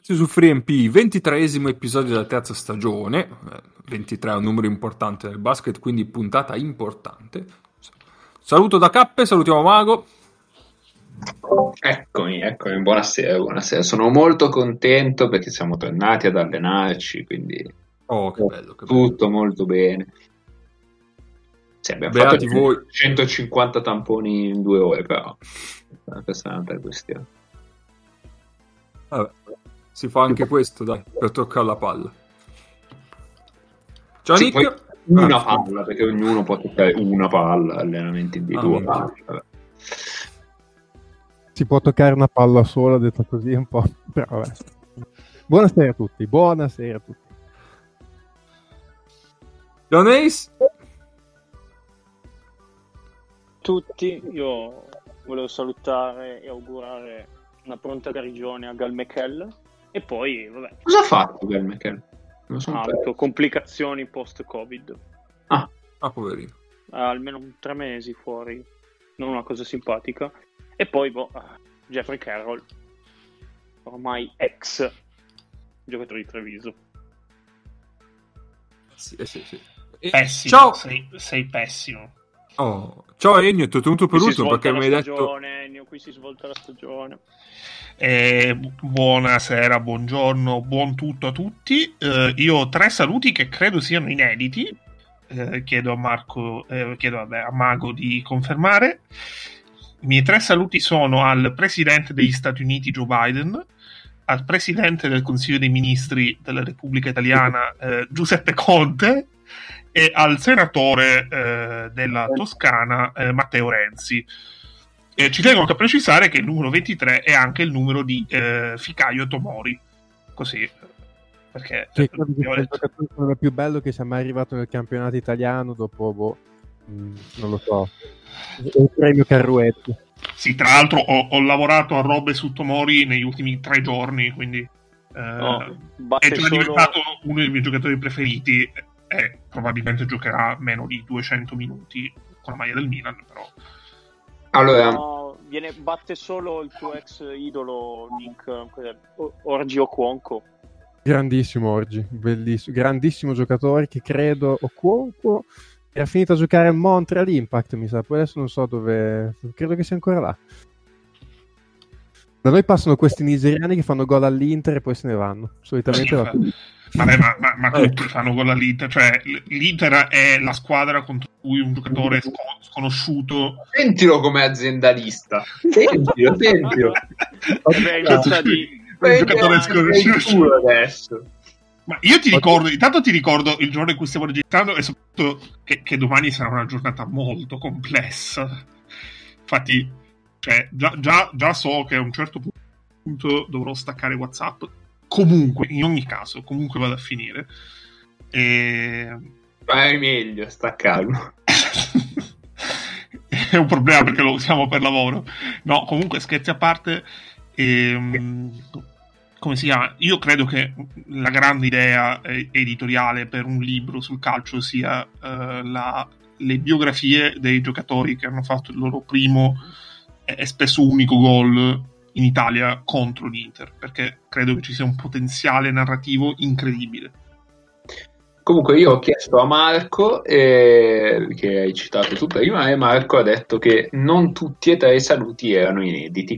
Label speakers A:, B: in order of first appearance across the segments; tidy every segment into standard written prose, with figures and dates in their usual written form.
A: Su FreeMP, 23esimo episodio della terza stagione. 23 è un numero importante del basket, quindi puntata importante. Saluto da Cappe, salutiamo Mago.
B: Eccomi, buonasera. Sono molto contento perché siamo tornati ad allenarci, quindi
A: che bello, che
B: tutto
A: bello.
B: molto bene. Sì, abbiamo
A: Beati
B: fatto
A: voi.
B: 150 tamponi in 2 ore, però questa è un'altra questione.
A: Vabbè, si fa anche questo, dai, per toccare la palla. Ciao
B: Sì,
A: Nick.
B: poi una palla, perché ognuno può toccare una palla, allenamenti individuali.
C: Si può toccare una palla sola, detto così un po', però vabbè. Buonasera a tutti.
A: John Ace.
D: Tutti, io volevo salutare e augurare una pronta guarigione a Gal McKell e poi, vabbè.
B: Cosa ha fatto Gal McKell?
D: Ha avuto complicazioni post-Covid.
A: Poverino.
D: Almeno 3 mesi fuori, non una cosa simpatica. E poi, Jeffrey Carroll, ormai ex giocatore di Treviso.
A: Sì.
E: Pessimo,
A: ciao.
E: Sei pessimo.
A: Ciao Ennio, ti ho tenuto per ultimo perché mi hai detto...
D: Ennio, qui si svolta la stagione.
E: Buonasera, buongiorno, buon tutto a tutti. Io ho 3 saluti che credo siano inediti. Chiedo a Marco, a Mago di confermare. I miei 3 saluti sono al Presidente degli Stati Uniti Joe Biden, al Presidente del Consiglio dei Ministri della Repubblica Italiana Giuseppe Conte e al Senatore della Toscana Matteo Renzi. Ci tengo anche a precisare che il numero 23 è anche il numero di Fikayo Tomori, così perché
C: che credo che sia il giocatore più bello che sia mai arrivato nel campionato italiano dopo non lo so, il premio Carruetti.
E: Sì, tra l'altro ho lavorato a robe su Tomori negli ultimi 3 giorni, quindi è già diventato uno dei miei giocatori preferiti e probabilmente giocherà meno di 200 minuti con la maglia del Milan, però
B: allora
D: batte solo il tuo ex idolo Nick Orgi Okwonko.
C: Grandissimo Orgi, bellissimo, grandissimo giocatore che credo Okwonko era finito a giocare al Montreal Impact, mi sa, poi adesso non so dove, credo che sia ancora là. Da noi passano questi nigeriani che fanno gol all'Inter e poi se ne vanno, solitamente va così.
E: Vabbè, ma tutti fanno gol all'Inter, cioè l'Inter è la squadra contro cui un giocatore sconosciuto.
B: Sentilo come aziendalista, sentilo.
E: Un giocatore sconosciuto
B: adesso.
E: Ma io ti ricordo il giorno in cui stiamo registrando e soprattutto che domani sarà una giornata molto complessa. Infatti, cioè, già so che a un certo punto dovrò staccare WhatsApp. Comunque, in ogni caso, comunque vado a finire.
B: Ma è meglio staccarlo.
E: È un problema perché lo usiamo per lavoro. No, comunque, scherzi a parte. Come si chiama? Io credo che la grande idea editoriale per un libro sul calcio sia le biografie dei giocatori che hanno fatto il loro primo e spesso unico gol in Italia contro l'Inter, perché credo che ci sia un potenziale narrativo incredibile.
B: Comunque io ho chiesto a Marco, che hai citato tu prima, e Marco ha detto che non tutti e 3 i saluti erano inediti.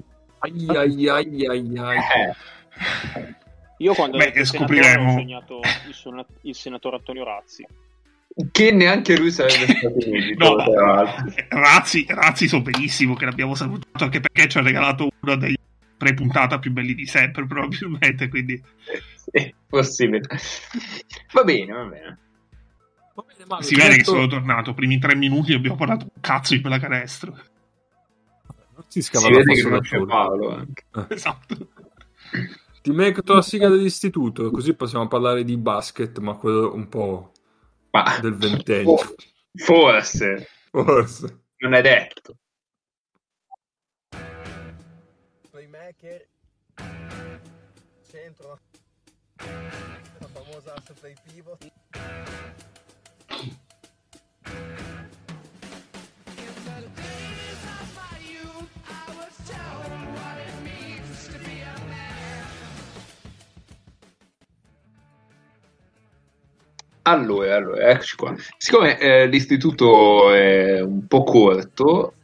D: Io quando
E: scopriremo.
D: ho sognato il senatore Antonio Razzi,
B: che neanche lui sarebbe stato inedito.
E: Razzi so benissimo che l'abbiamo salutato, anche perché ci ha regalato uno dei pre-puntata più belli di sempre probabilmente, quindi
B: sì, possibile. Va bene
E: Mago, si vede che sono tornato. Primi 3 minuti abbiamo parlato un cazzo di quella canestro.
B: Si vede che non c'è Paolo anche.
A: Esatto. Ti metto la sigla dell'istituto, così possiamo parlare di basket, ma quello un po' del ventennio.
B: Forse. Non è detto.
F: Playmaker, centro, la famosa asse play pivot.
B: Allora, eccoci qua. Siccome l'istituto è un po' corto,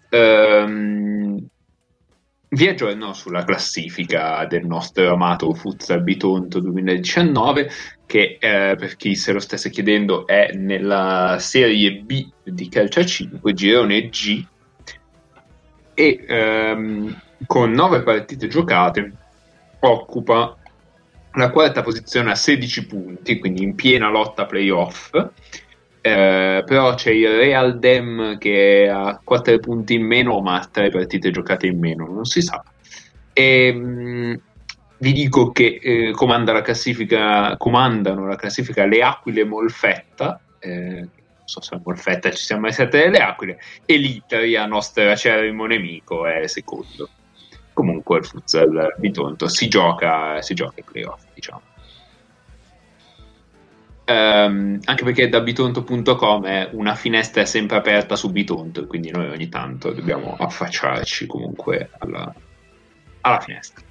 B: vi aggiorno sulla classifica del nostro amato Futsal Bitonto 2019, che per chi se lo stesse chiedendo è nella Serie B di calcio a 5, girone G, e con 9 partite giocate occupa la quarta posizione a 16 punti, quindi in piena lotta playoff. Però c'è il Real Dem che ha 4 punti in meno, ma 3 partite giocate in meno, non si sa. E vi dico che comandano la classifica le Aquile Molfetta. Non so se a Molfetta ci siano mai state le Aquile, e l'Italia, nostro acerrimo nemico, è secondo. Comunque il Futsal Bitonto si gioca ai playoff, diciamo. Anche perché da bitonto.com è una finestra sempre aperta su Bitonto, quindi noi ogni tanto dobbiamo affacciarci comunque alla finestra.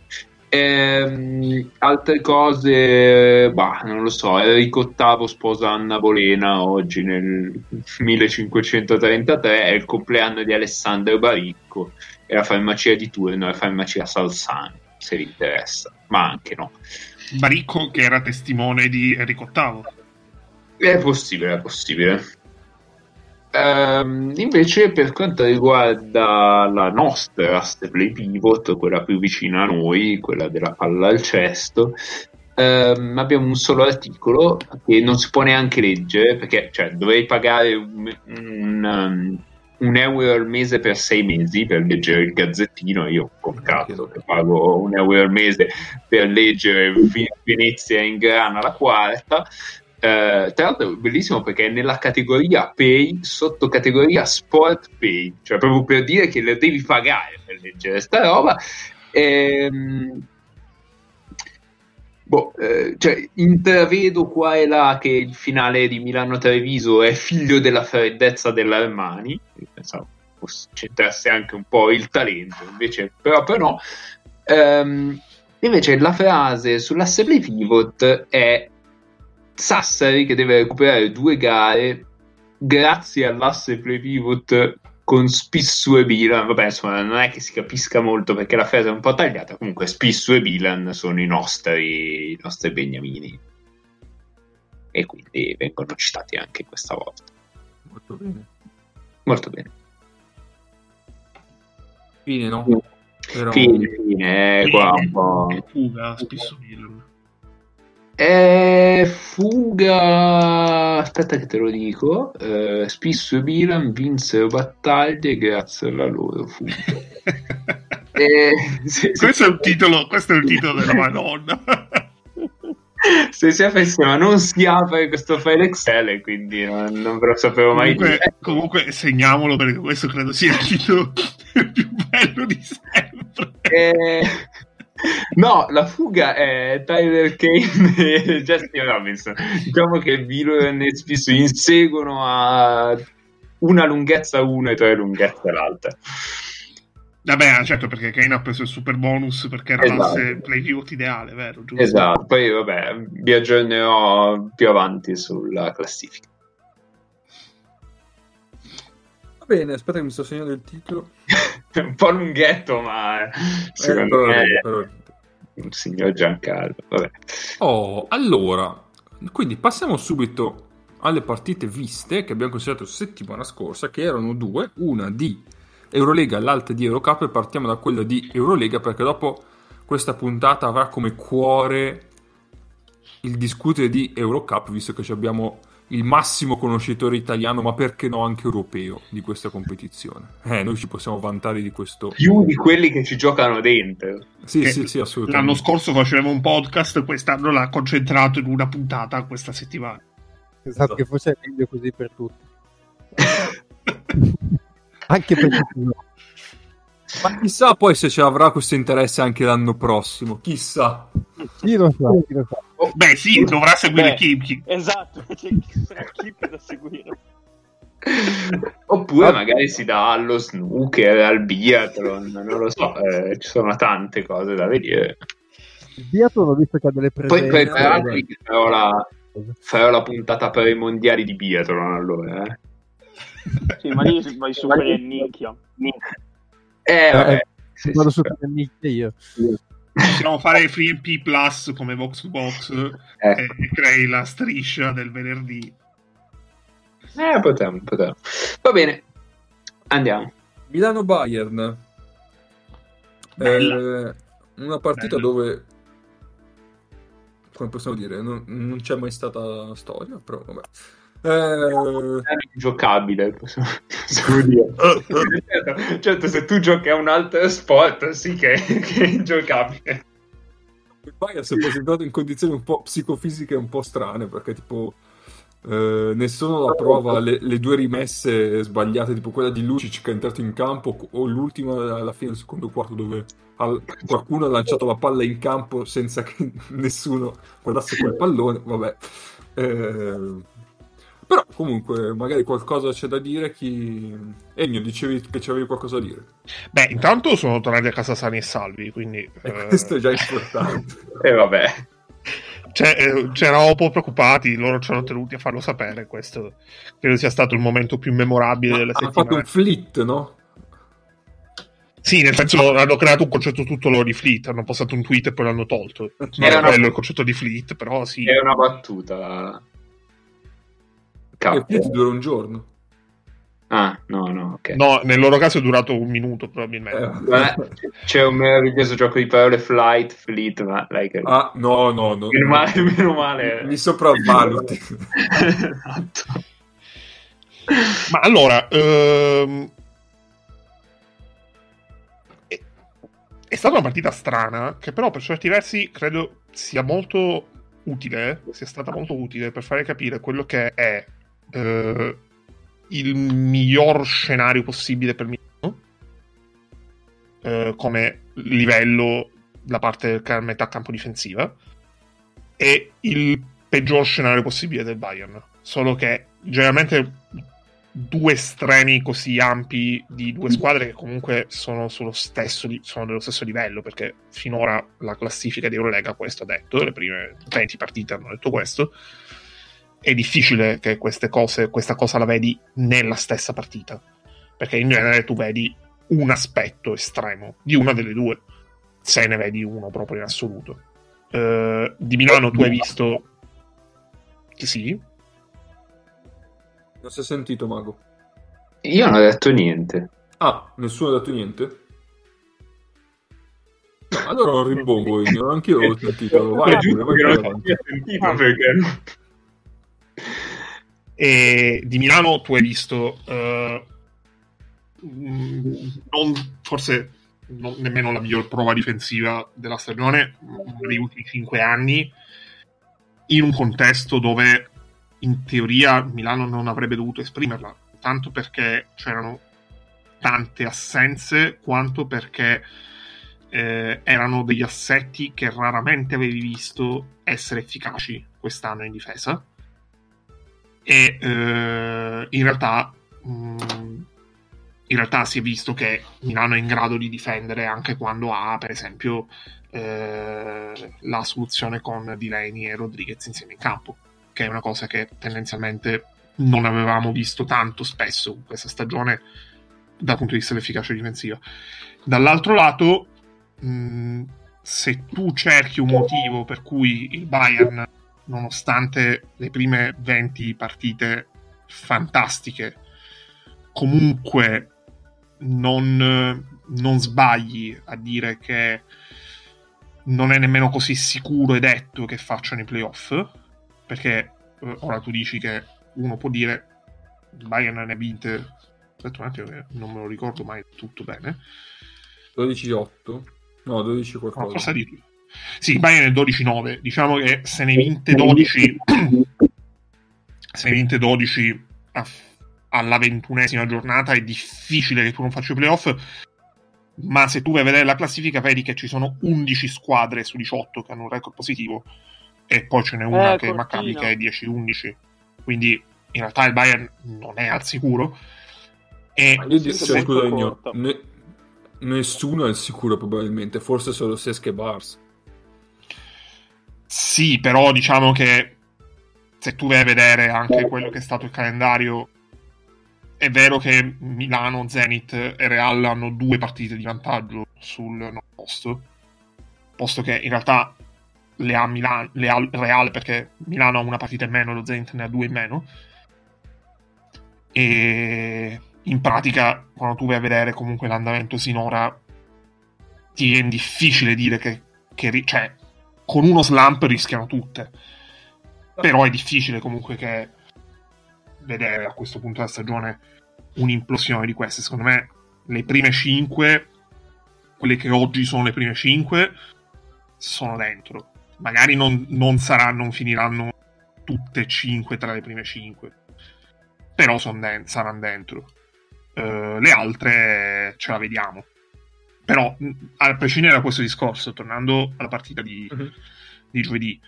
B: Altre cose, non lo so. Enrico VIII sposa Anna Bolena oggi nel 1533, è il compleanno di Alessandro Baricco, e la farmacia di turno è la farmacia Salsani, se vi interessa, ma anche no.
E: Baricco che era testimone di Enrico VIII.
B: È possibile. Invece per quanto riguarda la nostra aste play pivot, quella più vicina a noi, quella della palla al cesto, abbiamo un solo articolo che non si può neanche leggere, perché dovrei pagare un euro al mese per 6 mesi per leggere il gazzettino. Io con cazzo che pago un euro al mese per leggere Venezia in grana la quarta. Tra l'altro è bellissimo perché è nella categoria Pay, sotto categoria Sport Pay, cioè proprio per dire che le devi pagare per leggere sta roba. Intravedo qua e là che il finale di Milano-Treviso è figlio della freddezza dell'Armani. Pensavo c'entrasse anche un po' il talento, invece proprio no. Invece la frase sull'asse play pivot è Sassari che deve recuperare 2 gare grazie all'asse play pivot con Spissu e Bilan. Vabbè, insomma, non è che si capisca molto perché la frase è un po' tagliata. Comunque Spissu e Bilan sono i nostri beniamini, e quindi vengono citati anche questa volta. Molto bene.
A: Fine, no? Però...
B: Fine, qua un po'.
E: Fuga, Spissu Bilan.
B: Fuga, aspetta che te lo dico. Spissu e Milan vinsero battaglie grazie alla loro fuga.
E: Questo è il titolo della Madonna.
B: Se si aprisse, ma non si apre questo file Excel, e quindi non ve lo sapevo mai dire.
E: Comunque segniamolo, perché questo credo sia il titolo più bello di sempre.
B: No, la fuga è Tyler Kane e Justin Robinson. Diciamo che Bilan e Spissu inseguono a una lunghezza uno e 3 lunghezze l'altra.
E: Vabbè, certo, perché Kane ha preso il super bonus perché era l'asse play pivot ideale, vero? Giusto?
B: Esatto, poi vabbè, vi aggiornerò più avanti sulla classifica.
A: Va bene, aspetta che mi sto segnando il titolo.
B: Un po' lunghetto, ma secondo me
A: però...
B: un signor Giancarlo. Vabbè.
A: Allora, quindi passiamo subito alle partite viste che abbiamo considerato settimana scorsa, che erano 2, una di Eurolega e l'altra di Eurocup, e partiamo da quella di Eurolega perché dopo questa puntata avrà come cuore il discutere di Eurocup, visto che abbiamo il massimo conoscitore italiano, ma perché no anche europeo, di questa competizione. Noi ci possiamo vantare di questo.
B: Più di quelli che ci giocano dentro.
A: Sì, assolutamente.
E: L'anno scorso faceva un podcast, quest'anno l'ha concentrato in una puntata questa settimana.
C: Esatto, che forse è meglio così per tutti. Anche per tutti no.
A: Ma chissà poi se ci avrà questo interesse anche l'anno prossimo, chissà.
C: Chi lo sa.
E: Beh sì, dovrà seguire Kimchi.
D: Esatto, c'è Kimchi da seguire.
B: Oppure magari si dà allo snooker, al biathlon, non lo so, ci sono tante cose da vedere.
C: Il biathlon ho visto che ha delle presenze.
B: Poi per altri però Farò la puntata per i mondiali di biathlon allora.
D: Sì, ma lì vai su per il nicchia.
B: Vabbè. Sì,
C: vado
B: sì,
C: su
B: però.
C: per nicchia io.
E: Possiamo fare Free MP Plus come Vox to Box
B: Ecco.
E: e crei la striscia del venerdì.
B: Potremmo. Va bene, andiamo.
A: Milano-Bayern.
E: Bella.
A: Una partita
E: Bella.
A: dove, come possiamo dire, non c'è mai stata storia, però vabbè.
B: È ingiocabile, possiamo dire. Certo, se tu giochi a un altro sport, sì che è ingiocabile.
A: Il Bayern si è presentato in condizioni un po' psicofisiche un po' strane, perché tipo nessuno la prova le due rimesse sbagliate, tipo quella di Lucic che è entrato in campo, o l'ultima alla fine del secondo quarto dove qualcuno ha lanciato la palla in campo senza che nessuno guardasse quel pallone, vabbè. Però comunque magari qualcosa c'è da dire. Ennio, dicevi che c'avevi qualcosa da dire.
E: Beh, intanto sono tornati a casa sani e salvi, quindi
A: Questo è già importante.
B: Vabbè.
E: c'erano un po' preoccupati, loro ci hanno tenuti a farlo sapere. Questo credo sia stato il momento più memorabile della
A: Hanno
E: settimana.
A: fatto un flit, no?
E: Sì, nel senso hanno creato un concetto tutto loro di fleet, hanno postato un tweet e poi l'hanno tolto. Non è quello il concetto di fleet, però sì.
B: È una battuta.
A: Il flit dura un giorno.
B: No, ok.
E: No, nel loro caso è durato un minuto probabilmente.
B: C'è un meraviglioso gioco di parole, fleet, ma
A: no.
B: Meno male.
A: Mi sopravvaluti.
B: Esatto.
E: Ma allora, è stata una partita strana, che però per certi versi credo sia molto utile, sia stata molto utile per fare capire quello che è il miglior scenario possibile per Milano come livello da parte della metà campo difensiva e il peggior scenario possibile del Bayern, solo che generalmente due estremi così ampi di due squadre che comunque sono dello stesso livello, perché finora la classifica di Eurolega questo ha detto, le prime 20 partite hanno detto questo. È difficile che questa cosa la vedi nella stessa partita, perché in genere tu vedi un aspetto estremo di una delle due, se ne vedi uno proprio in assoluto. Di Milano tu hai visto che sì?
A: Non si è sentito, Mago?
B: Io non ho detto niente.
A: Nessuno ha detto niente? No, allora non rimbombo io, anch'io l'ho sentito. Vai pure avanti.
B: Perché...
E: E di Milano tu hai visto forse nemmeno la miglior prova difensiva della stagione negli ultimi 5 anni, in un contesto dove in teoria Milano non avrebbe dovuto esprimerla, tanto perché c'erano tante assenze quanto perché erano degli assetti che raramente avevi visto essere efficaci quest'anno in difesa. E in realtà si è visto che Milano è in grado di difendere anche quando ha, per esempio, la soluzione con Delaney e Rodriguez insieme in campo, che è una cosa che tendenzialmente non avevamo visto tanto spesso in questa stagione dal punto di vista dell'efficacia difensiva. Dall'altro lato, se tu cerchi un motivo per cui il Bayern, nonostante le prime 20 partite fantastiche, comunque non sbagli a dire che non è nemmeno così sicuro e detto che facciano i playoff, perché ora tu dici che uno può dire il Bayern ne ha vinte, aspetta un attimo che non me lo ricordo mai tutto bene,
A: 12-8? No, 12 qualcosa.
E: No, cosa dici? Sì, il Bayern è 12-9, diciamo che se ne vinte 12 alla 21esima giornata è difficile che tu non faccia i playoff, ma se tu vai a vedere la classifica vedi che ci sono 11 squadre su 18 che hanno un record positivo e poi ce n'è una che è Maccabi che è 10-11, quindi in realtà il Bayern non è al sicuro. E
A: nessuno è al sicuro probabilmente, forse solo Cesc e Bars.
E: Sì, però diciamo che se tu vai a vedere anche quello che è stato il calendario, è vero che Milano, Zenit e Real hanno 2 partite di vantaggio sul nono posto che in realtà le ha Real, perché Milano ha una partita in meno e lo Zenit ne ha 2 in meno, e in pratica quando tu vai a vedere comunque l'andamento sinora ti è difficile dire che cioè, con uno slump rischiano tutte, però è difficile comunque che vedere a questo punto della stagione un'implosione di queste. Secondo me le prime 5, quelle che oggi sono le prime 5, sono dentro. Magari non finiranno tutte e 5 tra le prime 5, però saranno dentro. Le altre ce la vediamo. Però a prescindere da questo discorso, tornando alla partita di giovedì,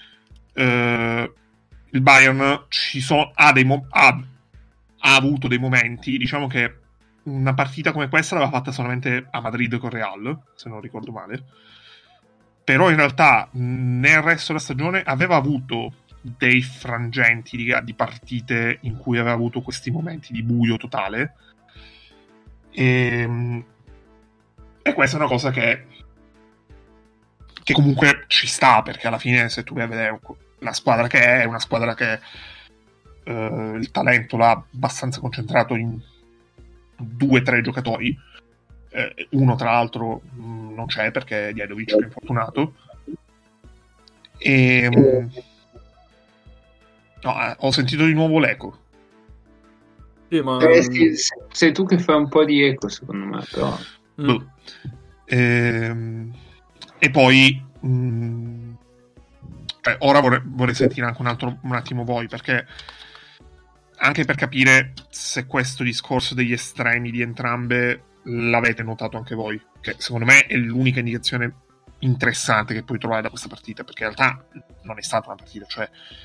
E: il Bayern ha avuto dei momenti, diciamo che una partita come questa l'aveva fatta solamente a Madrid con Real, se non ricordo male, però in realtà nel resto della stagione aveva avuto dei frangenti di partite in cui aveva avuto questi momenti di buio totale, e questa è una cosa che comunque ci sta, perché alla fine se tu vai a vedere la squadra che è una squadra che il talento l'ha abbastanza concentrato in 2-3 giocatori, uno tra l'altro non c'è perché Djedovic è infortunato, e ho sentito di nuovo l'eco.
A: Sì, ma...
B: sei tu che fai un po' di eco secondo me, però
E: e poi ora vorrei sentire anche un attimo voi, perché anche per capire se questo discorso degli estremi di entrambe l'avete notato anche voi, che secondo me è l'unica indicazione interessante che puoi trovare da questa partita, perché in realtà non è stata una partita, cioè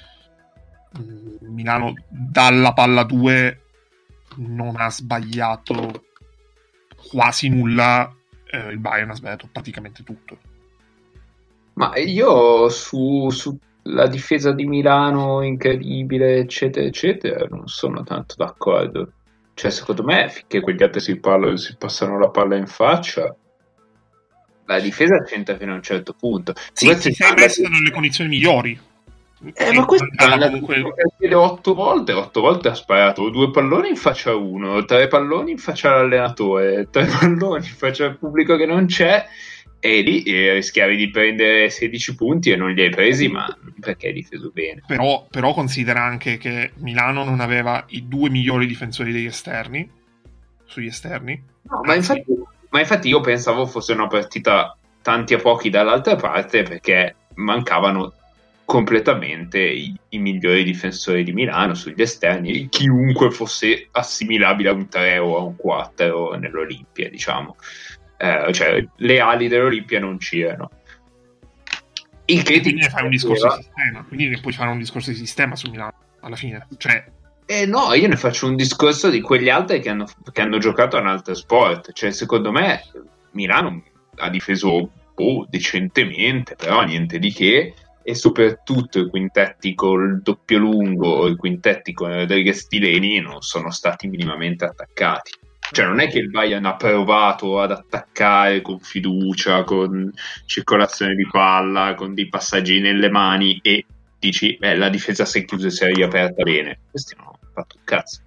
E: Milano dalla palla 2 non ha sbagliato quasi nulla, il Bayern ha sbagliato praticamente tutto.
B: Ma io sulla difesa di Milano incredibile eccetera eccetera non sono tanto d'accordo. Cioè secondo me finché quegli altri si passano la palla in faccia, la difesa c'entra fino a un certo punto.
E: Sì, si sei messo nelle condizioni migliori.
B: Ma questo comunque 8 volte ha sparato 2 palloni in faccia a uno, 3 palloni in faccia all'allenatore, 3 palloni in faccia al pubblico che non c'è, e lì rischiavi di prendere 16 punti e non li hai presi, ma perché hai difeso bene.
E: Però considera anche che Milano non aveva i 2 migliori difensori sugli esterni.
B: No, ma infatti io pensavo fosse una partita tanti a pochi dall'altra parte, perché mancavano completamente i migliori difensori di Milano sugli esterni, chiunque fosse assimilabile a un 3 o a un 4 nell'Olimpia, diciamo. Cioè le ali dell'Olimpia non c'erano.
E: Quindi ne fai un discorso di sistema, quindi ne puoi fare un discorso di sistema su Milano alla fine, cioè
B: no, io ne faccio un discorso di quegli altri che hanno giocato a un altro sport. Cioè secondo me Milano ha difeso decentemente, però niente di che, e soprattutto i quintetti col doppio lungo, i quintetti con Rodriguez Tileni non sono stati minimamente attaccati. Cioè non è che il Bayern ha provato ad attaccare con fiducia, con circolazione di palla, con dei passaggi nelle mani e dici la difesa si è chiusa e si è riaperta bene. Questi non hanno fatto un cazzo.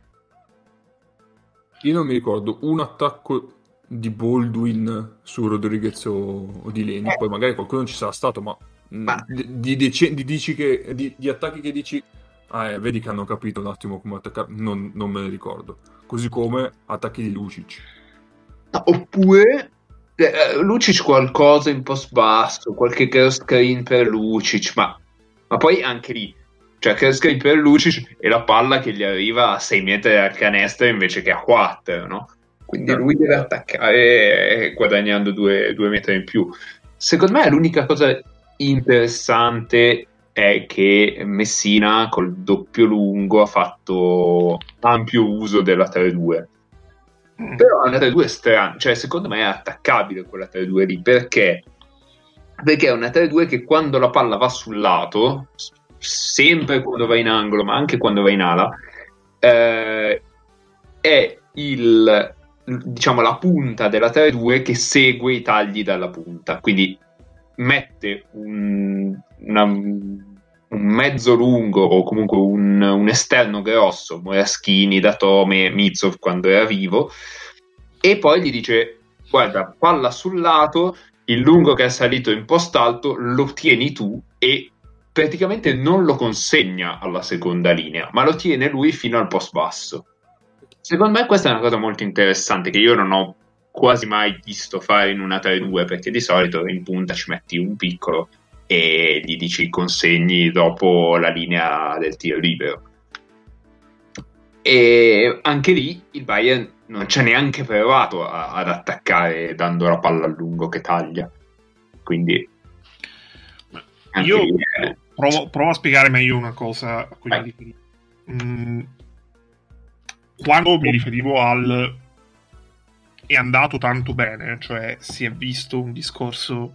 A: Io non mi ricordo un attacco di Baldwin su Rodriguez o di Leni, poi magari qualcuno ci sarà stato, ma di attacchi che dici vedi che hanno capito un attimo come attaccare, non me ne ricordo. Così come attacchi di Lucic.
B: No, oppure Lucic qualcosa in post basso, qualche cross screen per Lucic, ma poi anche lì, cioè cross screen per Lucic e la palla che gli arriva a 6 metri dal canestro invece che a 4, no? Quindi lui deve attaccare guadagnando 2 metri in più. Secondo me l'unica cosa interessante è che Messina col doppio lungo ha fatto ampio uso della 3-2, però la 3-2 è strana, cioè secondo me è attaccabile quella 3-2 lì, perché è una 3-2 che quando la palla va sul lato sempre quando va in angolo, ma anche quando va in ala, è diciamo la punta della 3-2 che segue i tagli dalla punta, quindi mette un mezzo lungo o comunque un esterno grosso, Moraschini, Datome, Mizov quando era vivo, e poi gli dice: guarda, palla sul lato, il lungo che è salito in post alto lo tieni tu, e praticamente non lo consegna alla seconda linea, ma lo tiene lui fino al post basso. Secondo me questa è una cosa molto interessante che io non ho quasi mai visto fare in una 3-2, perché di solito in punta ci metti un piccolo e gli dici consegni dopo la linea del tiro libero. E anche lì il Bayern non ci ha neanche provato ad attaccare dando la palla al lungo che taglia. Quindi
E: io provo a spiegare meglio una cosa a cui mi riferivo. Quando mi riferivo al è andato tanto bene, cioè si è visto un discorso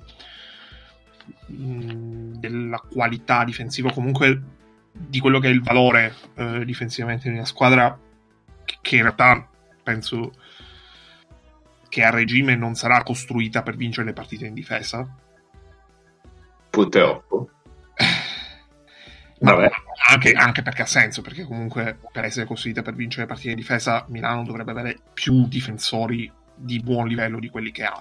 E: della qualità difensiva, comunque di quello che è il valore difensivamente di una squadra che in realtà penso che a regime non sarà costruita per vincere le partite in difesa,
B: purtroppo.
E: Vabbè. Anche perché ha senso, perché comunque per essere costruita per vincere le partite in difesa Milano dovrebbe avere più difensori di buon livello di quelli che ha.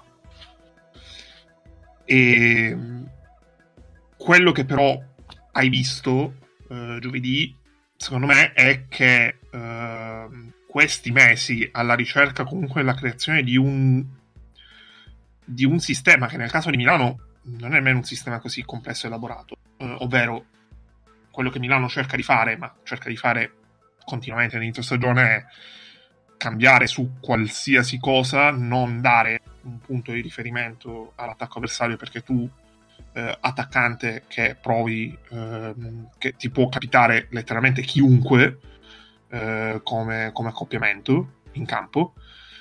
E: E quello che però hai visto giovedì, secondo me, è che questi mesi alla ricerca comunque della creazione di un sistema che nel caso di Milano non è nemmeno un sistema così complesso e elaborato, ovvero quello che Milano cerca di fare, ma cerca di fare continuamente all'inizio stagione, è cambiare su qualsiasi cosa, non dare un punto di riferimento all'attacco avversario, perché tu attaccante che provi che ti può capitare letteralmente chiunque come accoppiamento in campo,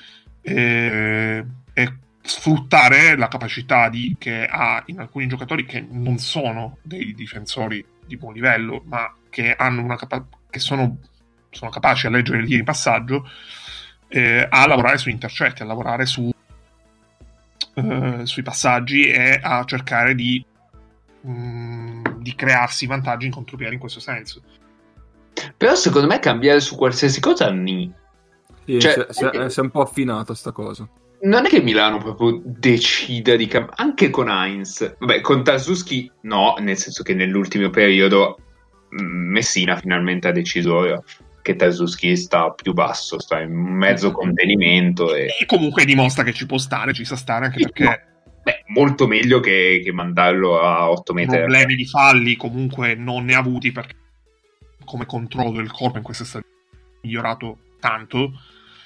E: e sfruttare la capacità che ha in alcuni giocatori che non sono dei difensori di buon livello, ma che hanno che sono capaci a leggere il tiro di passaggio, a lavorare sugli intercetti, a lavorare sui passaggi e a cercare di crearsi vantaggi in contropiede in questo senso.
B: Però secondo me cambiare su qualsiasi cosa sì,
A: cioè, si è un po' affinato sta cosa.
B: Non è che Milano proprio decida di cambiare, anche con Heinz. Vabbè, con Tarzuski no, nel senso che nell'ultimo periodo Messina finalmente ha deciso che Tarzuski sta più basso, sta in mezzo contenimento e
E: comunque dimostra che ci sa stare, anche perché
B: molto meglio che mandarlo a 8 metri.
E: Problemi di falli comunque non ne ha avuti, perché come controllo del corpo in questa stagione è migliorato tanto,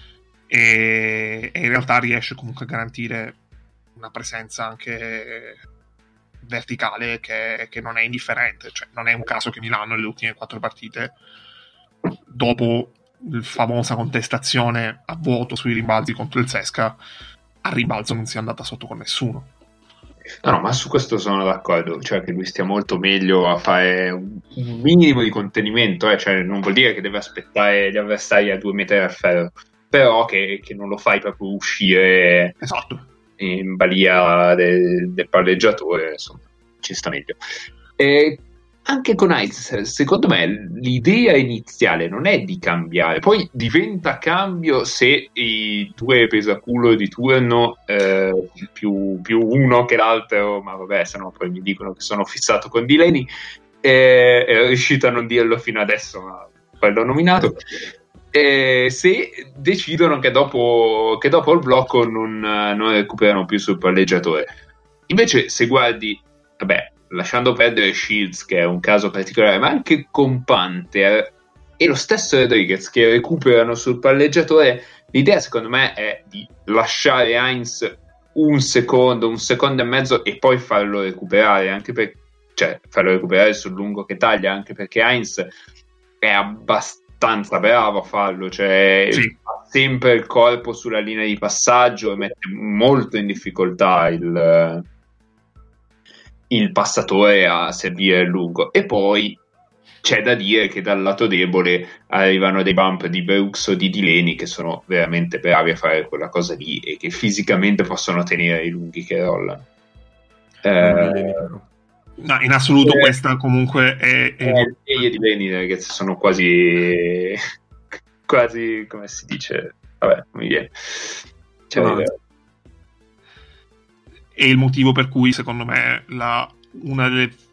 E: e in realtà riesce comunque a garantire una presenza anche verticale che non è indifferente. Cioè, non è un caso che Milano nelle ultime 4 partite, dopo la famosa contestazione a vuoto sui rimbalzi contro il Sesca, al rimbalzo non sia andata sotto con nessuno.
B: No, ma su questo sono d'accordo, cioè che lui stia molto meglio a fare un minimo di contenimento, cioè non vuol dire che deve aspettare gli avversari a 2 metri dal ferro, però che non lo fai proprio uscire,
E: esatto,
B: in balia del palleggiatore, insomma, ci sta meglio. E anche con Heinz, secondo me l'idea iniziale non è di cambiare, poi diventa cambio se i 2 pesaculo di turno, più uno che l'altro, ma vabbè, se no poi mi dicono che sono fissato con Delaney, è riuscito a non dirlo fino adesso, ma poi l'ho nominato. Se decidono che dopo il blocco non recuperano più sul palleggiatore. Invece se guardi, vabbè, lasciando perdere Shields, che è un caso particolare, ma anche con Panther e lo stesso Rodriguez che recuperano sul palleggiatore, l'idea secondo me è di lasciare Heinz un secondo e mezzo e poi farlo recuperare, farlo recuperare sul lungo che taglia, anche perché Heinz è abbastanza bravo a farlo, cioè
E: sì,
B: ha sempre il corpo sulla linea di passaggio e mette molto in difficoltà il passatore a servire il lungo. E poi c'è da dire che dal lato debole arrivano dei bump di Brooks o di Delaney che sono veramente bravi a fare quella cosa lì e che fisicamente possono tenere i lunghi che rollano.
E: No, in assoluto questa comunque è
B: e di Delaney, ragazzi, sono quasi come si dice, vabbè, mi viene.
E: È il motivo per cui secondo me una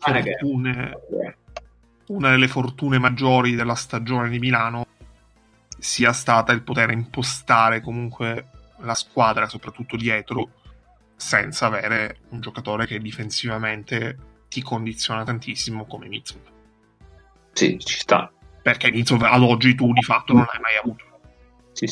E: delle fortune maggiori della stagione di Milano sia stata il poter impostare comunque la squadra, soprattutto dietro, senza avere un giocatore che difensivamente ti condiziona tantissimo come Mitsov.
B: Sì, ci sta.
E: Perché Mitsov ad oggi tu di fatto non l'hai mai avuto.
B: Sì.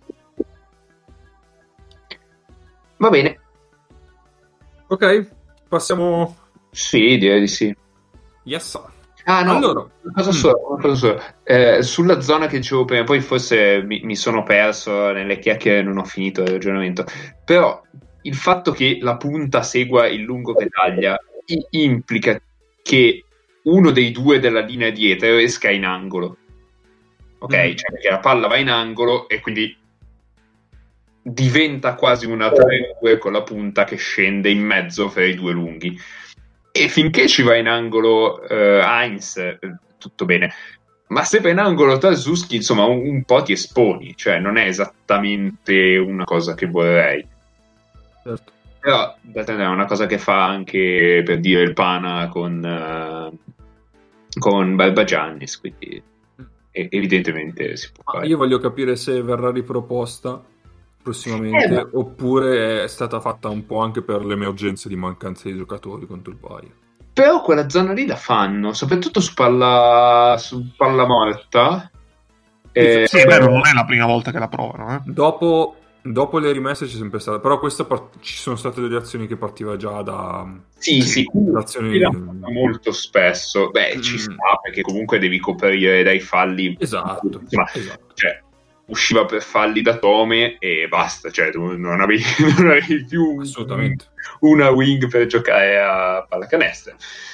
B: Va bene.
A: Ok, passiamo...
B: Sì, direi di sì.
A: Yes.
B: Ah no,
A: allora,
B: una cosa sola. Sulla zona che dicevo prima, poi forse mi sono perso nelle chiacchiere e non ho finito il ragionamento, però il fatto che la punta segua il lungo che taglia implica che uno dei due della linea dietro esca in angolo, ok? Cioè che la palla va in angolo e quindi diventa quasi una 3-2 con la punta che scende in mezzo fra i due lunghi. E finché ci va in angolo Heinz, tutto bene. Ma se va in angolo Tarzuski, insomma, un po' ti esponi. Cioè, non è esattamente una cosa che vorrei.
A: Certo.
B: Però, d'altronde è una cosa che fa anche, per dire, il Pana con Barbagiannis, quindi evidentemente si può fare.
A: Io voglio capire se verrà riproposta prossimamente oppure è stata fatta un po' anche per le emergenze di mancanza di giocatori contro il Bayern.
B: Però quella zona lì la fanno, soprattutto su palla morta.
E: Sì, è vero, non è la prima volta che la provano.
A: Dopo le rimesse c'è sempre stata, però ci sono state delle azioni che partiva già da
B: azioni molto spesso. Ci sta, perché comunque devi coprire dai falli.
A: Esatto.
B: Cioè, usciva per falli da Tome e basta, cioè tu non avevi più
A: assolutamente
B: una wing per giocare a pallacanestro.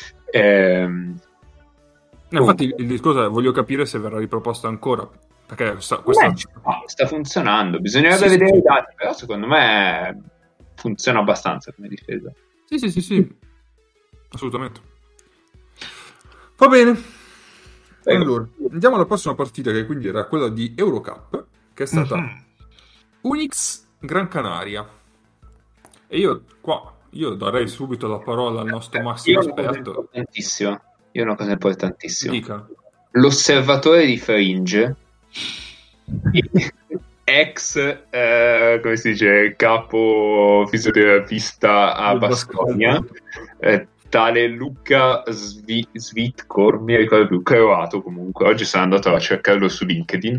A: Infatti il discorso è, voglio capire se verrà riproposta ancora, perché sta
B: funzionando, bisognerebbe vedere i dati, però secondo me funziona abbastanza come difesa.
A: Sì, assolutamente. Va bene. Allora, andiamo alla prossima partita, che quindi era quella di Eurocup, che è stata Unix Gran Canaria. E io darei subito la parola al nostro massimo esperto.
B: Io ho una cosa importantissima.
A: Dica.
B: L'osservatore di Fringe, ex come si dice, capo fisioterapista a Baskonia, tale Luca Svitkor, mi ricordo più, croato comunque, oggi sono andato a cercarlo su LinkedIn,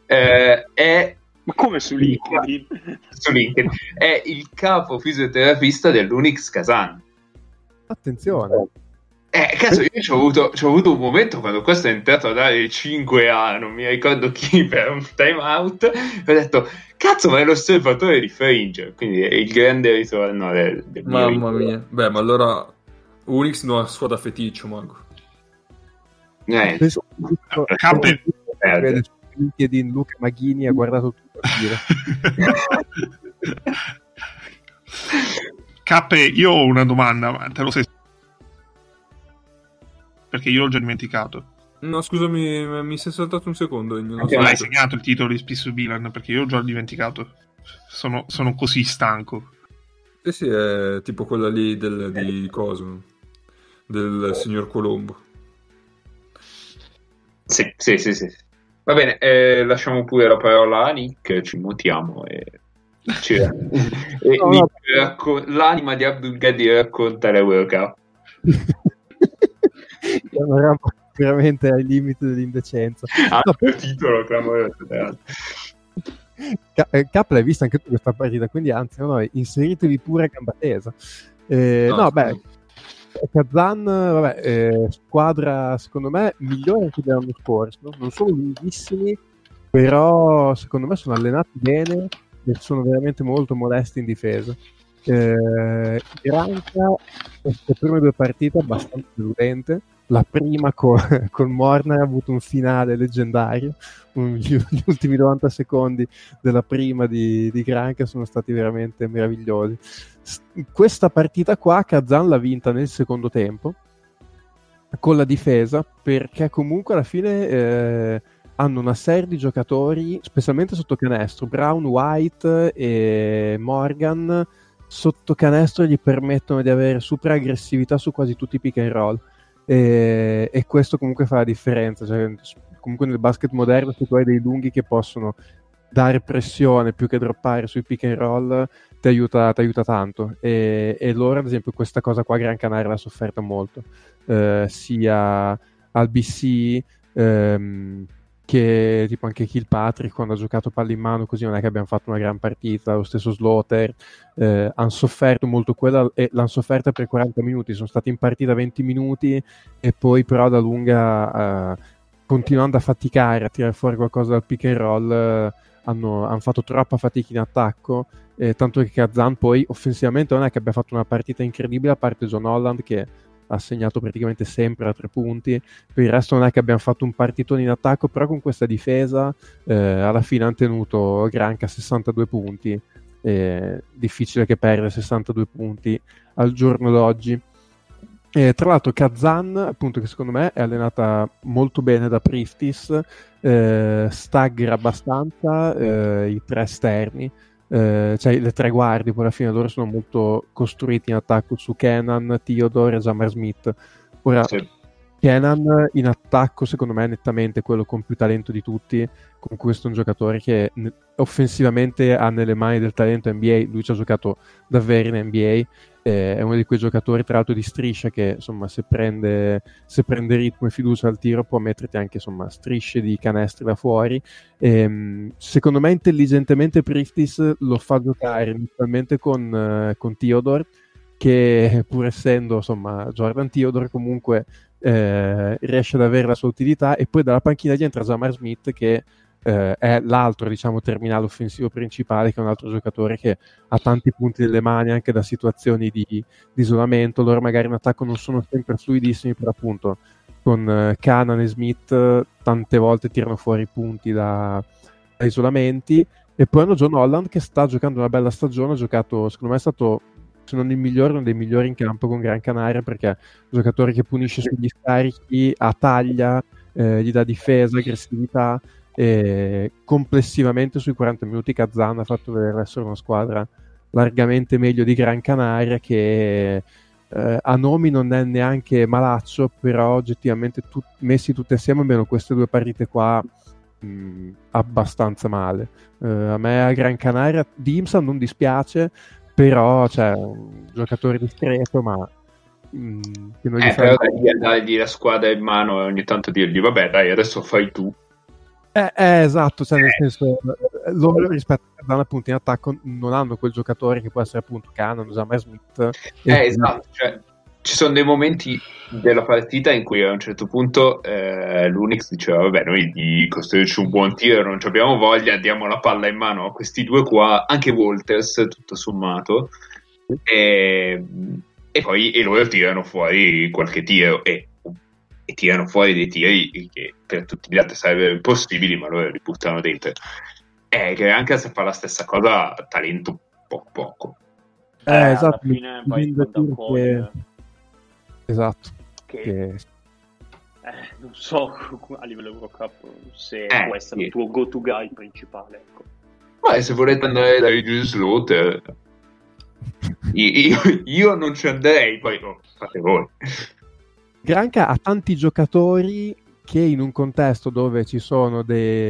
D: ma come su LinkedIn?
B: Su LinkedIn è il capo fisioterapista dell'Unix Kazan.
C: Attenzione.
B: Cazzo, io ci ho avuto un momento quando questo è entrato a dare 5 a non mi ricordo chi per un time out, ho detto cazzo, ma è l'osservatore di Fringe, quindi è il grande ritorno del
A: mamma mia. Beh, ma allora Unix non ha squadra feticcio, Mago.
C: LinkedIn Luca Maghini ha guardato tutto a dire.
E: Cappe, io ho una domanda, ma te lo sei, perché io l'ho già dimenticato.
A: No, scusami, mi sei saltato un secondo.
E: Hai segnato il titolo di Spissu Bilan, perché io l'ho già dimenticato. Sono così stanco.
A: Sì, è tipo quella lì di coso, del signor Colombo.
B: Sì. Va bene, lasciamo pure la parola a Nick, ci mutiamo e Nick l'anima di Abdul Gadi racconta l'Eurocup.
C: Eravamo veramente ai limiti dell'indecenza.
B: Il titolo clamoroso.
C: Cap l'hai vista anche tu questa partita, quindi anzi inseritevi pure a gamba tesa. Kazan, squadra secondo me migliore anche dell'anno scorso, no? Non sono lunghissimi, però secondo me sono allenati bene e sono veramente molto molesti in difesa. Granca queste prime due partite abbastanza deludente, la prima con Mornar ha avuto un finale leggendario, gli ultimi 90 secondi della prima di Granca sono stati veramente meravigliosi. Questa partita qua Kazan l'ha vinta nel secondo tempo con la difesa, perché comunque alla fine hanno una serie di giocatori, specialmente sotto canestro, Brown, White e Morgan sotto canestro gli permettono di avere super aggressività su quasi tutti i pick and roll, e questo comunque fa la differenza, cioè, comunque nel basket moderno se tu hai dei lunghi che possono dare pressione più che droppare sui pick and roll ti aiuta tanto, e loro ad esempio questa cosa qua Gran Canaria l'ha sofferta molto, sia al BC che tipo anche Kilpatrick quando ha giocato palla in mano, così non è che abbiamo fatto una gran partita, lo stesso Slaughter, hanno sofferto molto quella, e l'hanno sofferta per 40 minuti, sono stati in partita 20 minuti e poi però da lunga continuando a faticare a tirare fuori qualcosa dal pick and roll, hanno fatto troppa fatica in attacco, tanto che Kazan poi offensivamente non è che abbia fatto una partita incredibile, a parte John Holland che ha segnato praticamente sempre a 3 punti, per il resto non è che abbiamo fatto un partitone in attacco, però con questa difesa alla fine hanno tenuto Granca a 62 punti, difficile che perde 62 punti al giorno d'oggi. Tra l'altro Kazan, appunto, che secondo me è allenata molto bene da Priftis, staggra abbastanza i 3 esterni, cioè le 3 guardie, poi alla fine loro sono molto costruiti in attacco su Kenan, Theodore e Jamar Smith. Ora sì. Kenan in attacco secondo me è nettamente quello con più talento di tutti, con questo è un giocatore che offensivamente ha nelle mani del talento NBA, lui ci ha giocato davvero in NBA, è uno di quei giocatori tra l'altro di striscia che insomma se prende ritmo e fiducia al tiro può metterti anche insomma strisce di canestri da fuori. Secondo me intelligentemente Priftis lo fa giocare inizialmente con Theodore, che pur essendo insomma Jordan Theodore comunque riesce ad avere la sua utilità, e poi dalla panchina gli entra Jamar Smith che è l'altro diciamo terminale offensivo principale, che è un altro giocatore che ha tanti punti nelle mani anche da situazioni di isolamento. Loro magari in attacco non sono sempre fluidissimi, però appunto con Canaan e Smith tante volte tirano fuori punti da isolamenti. E poi hanno John Holland che sta giocando una bella stagione, ha giocato, secondo me è stato, se non il migliore, uno dei migliori in campo con Gran Canaria, perché è un giocatore che punisce sugli scarichi, a taglia, gli dà difesa, aggressività, e complessivamente sui 40 minuti Kazan ha fatto vedere essere una squadra largamente meglio di Gran Canaria, che a nomi non è neanche malaccio, però oggettivamente messi tutti assieme almeno queste 2 partite qua abbastanza male. A me a Gran Canaria Dimsa non dispiace, però c'è un giocatore discreto, ma che non gli
B: però dargli la squadra in mano e ogni tanto dirgli vabbè dai adesso fai tu.
C: Esatto, cioè nel senso loro rispetto a Kazan appunto in attacco non hanno quel giocatore che può essere appunto Cannon, Jamar Smith.
B: Esatto, cioè ci sono dei momenti della partita in cui a un certo punto l'Unix diceva vabbè noi di costruirci un buon tiro non abbiamo voglia, diamo la palla in mano a questi 2 qua, anche Walters tutto sommato, e poi loro tirano fuori qualche tiro e tirano fuori dei tiri che per tutti gli altri sarebbero impossibili, ma loro li buttano dentro. Che anche se fa la stessa cosa talento poco.
C: Esatto,
D: alla fine vai
C: che... esatto
D: che... non so a livello Eurocup se può essere il tuo go-to guy principale, ecco.
B: Ma se volete andare da Julius Slaughter io non ci andrei, poi fate voi.
C: Granca ha tanti giocatori che in un contesto dove ci sono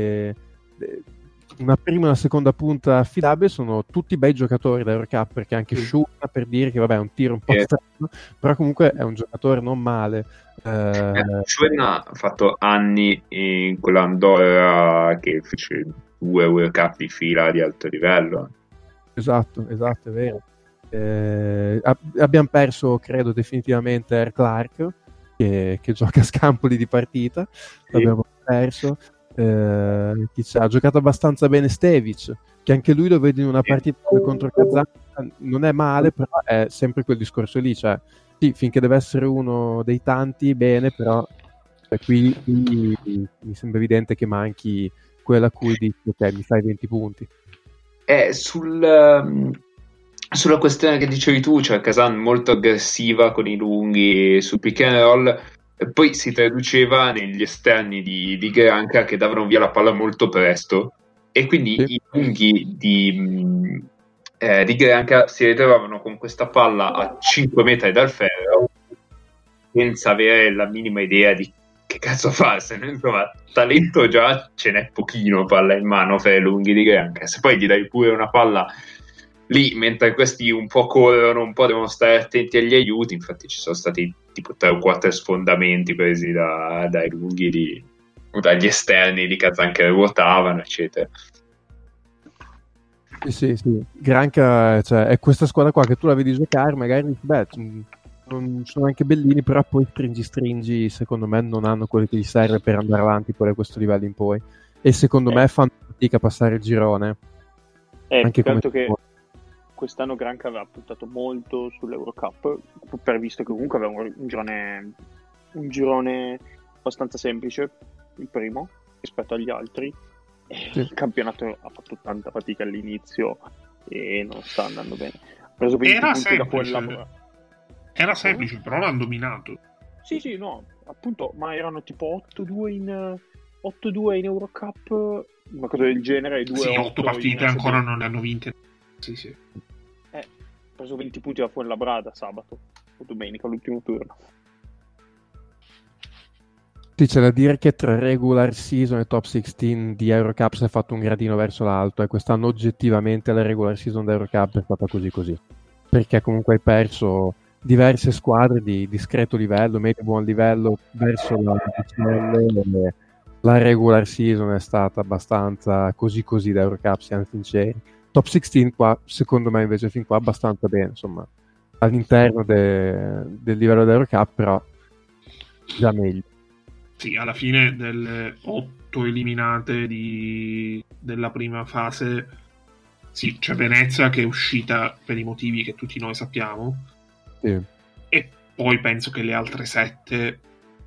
C: una prima e una seconda punta affidabile sono tutti bei giocatori da Eurocup, perché anche Shuna, per dire che vabbè è un tiro un po' strano, però comunque è un giocatore non male.
B: Shuna ha fatto anni in quell'Andorra che fece 2 Eurocup di fila di alto livello.
C: Esatto, è vero. Abbiamo perso credo definitivamente Air Clark che gioca a scampoli di partita, l'abbiamo perso. Ha giocato abbastanza bene Stevic, che anche lui lo vedi in una partita contro Kazan, non è male, però è sempre quel discorso lì, cioè Sì, finché deve essere uno dei tanti, bene, però qui mi sembra evidente che manchi quella a cui dici, ok, mi fai 20 punti.
B: Sulla questione che dicevi tu, cioè Kazan molto aggressiva con i lunghi sul pick and roll, e poi si traduceva negli esterni di Granca che davano via la palla molto presto, e quindi
C: Sì.
B: i lunghi di Granca si ritrovavano con questa palla a 5 metri dal ferro senza avere la minima idea di che cazzo farsene. Insomma, talento già ce n'è pochino, palla in mano per i lunghi di Granca. Se poi gli dai pure una palla lì, mentre questi un po' corrono, un po' devono stare attenti agli aiuti, infatti ci sono stati tipo 3 o 4 sfondamenti presi dai lunghi dagli esterni di Kazan che ruotavano, eccetera.
C: Sì. Granca, cioè, è questa squadra qua che tu la vedi giocare, magari dici, beh, non sono anche bellini, però poi stringi, secondo me non hanno quello che gli serve per andare avanti poi da questo livello in poi. E secondo me fanno fatica a passare il girone. Anche come
D: che quest'anno Granca aveva puntato molto sull'Eurocup, per visto che comunque aveva un girone abbastanza semplice, il primo, rispetto agli altri.
C: Sì.
D: Il campionato ha fatto tanta fatica all'inizio e non sta andando bene. Ha preso 20
E: Era
D: punti da quella...
E: semplice. Era semplice, però l'hanno dominato.
D: Sì, no, appunto, ma erano tipo 8-2 in Eurocup, una cosa del genere.
E: 8 partite ancora non le hanno vinte. Sì.
D: Ha preso 20 punti da Fuenlabrada sabato o domenica, l'ultimo turno.
C: Sì, c'è da dire che tra regular season e top 16 di Eurocup si è fatto un gradino verso l'alto, e quest'anno oggettivamente la regular season di Eurocup è stata così. Perché comunque hai perso diverse squadre di discreto livello, medio buon livello, verso la PCL, e la regular season è stata abbastanza così da Eurocup, siamo sinceri. Top 16 qua, secondo me invece fin qua abbastanza bene, insomma, all'interno del livello dell'Eurocup, però già meglio.
E: Sì, alla fine delle 8 eliminate della prima fase, sì, c'è Venezia che è uscita per i motivi che tutti noi sappiamo.
C: Sì.
E: E poi penso che le altre 7,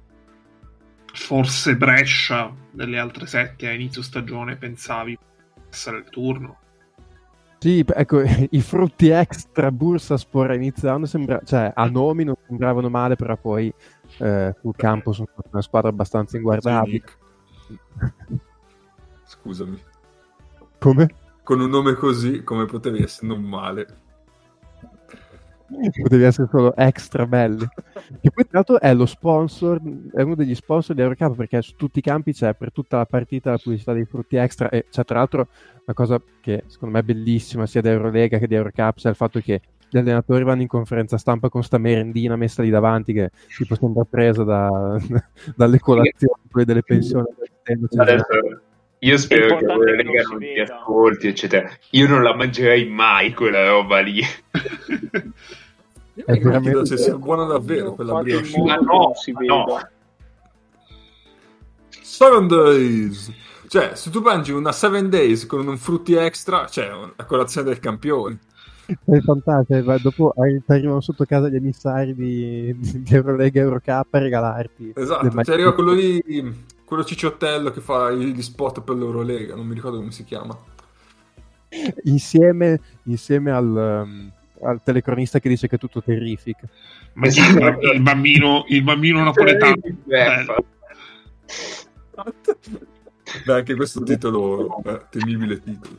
E: forse Brescia delle altre 7 a inizio stagione pensavi essere il turno.
C: Sì, ecco, i frutti extra Bursaspor a inizio anno cioè a nomi non sembravano male, però poi sul campo sono una squadra abbastanza inguardabile.
A: Scusami.
C: Come?
A: Con un nome così, come potevi essere non male?
C: Potevi essere solo extra belli. Che poi tra l'altro è lo sponsor, è uno degli sponsor di Eurocup, perché su tutti i campi c'è per tutta la partita la pubblicità dei frutti extra, e c'è tra l'altro una cosa che secondo me è bellissima sia di Eurolega che di Eurocup, c'è il fatto che gli allenatori vanno in conferenza stampa con sta merendina messa lì davanti che tipo sembra presa dalle colazioni, quelle delle pensioni.
B: Adesso io spero che la Lega non ti ascolti, eccetera. Io non la mangerei mai quella roba lì.
C: È veramente
A: se sia buona davvero quella brioche.
B: Ma no.
A: 7 days. Cioè, se tu mangi una 7 days con un frutti extra, cioè la colazione del campione.
C: È fantastico, dopo arrivano sotto casa gli emissari di Eurolega e Eurocup a regalarti.
A: Esatto, cioè arriva quello lì, quello cicciottello che fa gli spot per l'Eurolega, non mi ricordo come si chiama.
C: Insieme al telecronista che dice che è tutto terrifico.
E: Ma il bambino napoletano.
A: Beh, anche questo titolo, temibile titolo.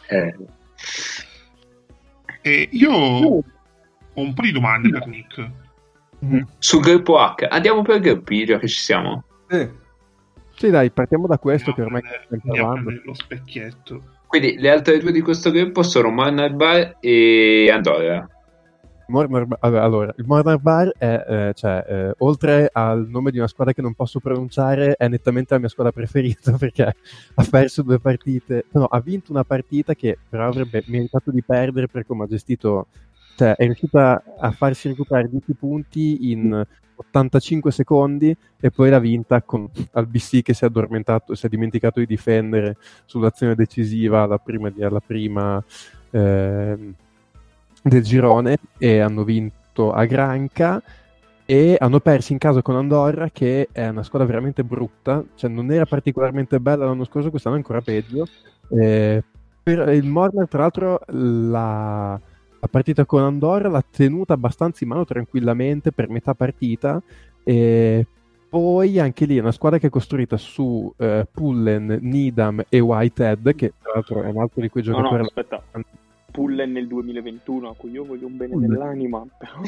E: Io ho un po' di domande per Nick.
B: Sul gruppo H, andiamo per gruppi, già che ci siamo.
C: Sì, dai, partiamo da questo che ormai stiamo
E: parlando. Lo specchietto.
B: Quindi le altre due di questo gruppo sono Mornar Bar e Andorra.
C: Allora, il Mornar Bar è, oltre al nome di una squadra che non posso pronunciare, è nettamente la mia squadra preferita, perché ha perso 2 partite, no, ha vinto una partita che però avrebbe meritato di perdere per come ha gestito, cioè è riuscita a farsi recuperare 10 punti in 85 secondi e poi l'ha vinta con Albissi che si è addormentato, si è dimenticato di difendere sull'azione decisiva alla prima del girone, e hanno vinto a Granca. e hanno perso in casa con Andorra, che è una squadra veramente brutta, cioè non era particolarmente bella l'anno scorso, quest'anno è ancora peggio. Per il Mornar, tra l'altro, la partita con Andorra l'ha tenuta abbastanza in mano tranquillamente per metà partita, e poi anche lì è una squadra che è costruita su Pullen, Needham e Whitehead, che tra l'altro è un altro di quei
D: No,
C: giocatori.
D: aspetta. Pullen nel 2021, a cui io voglio un bene
C: Pullen.
D: nell'anima, però.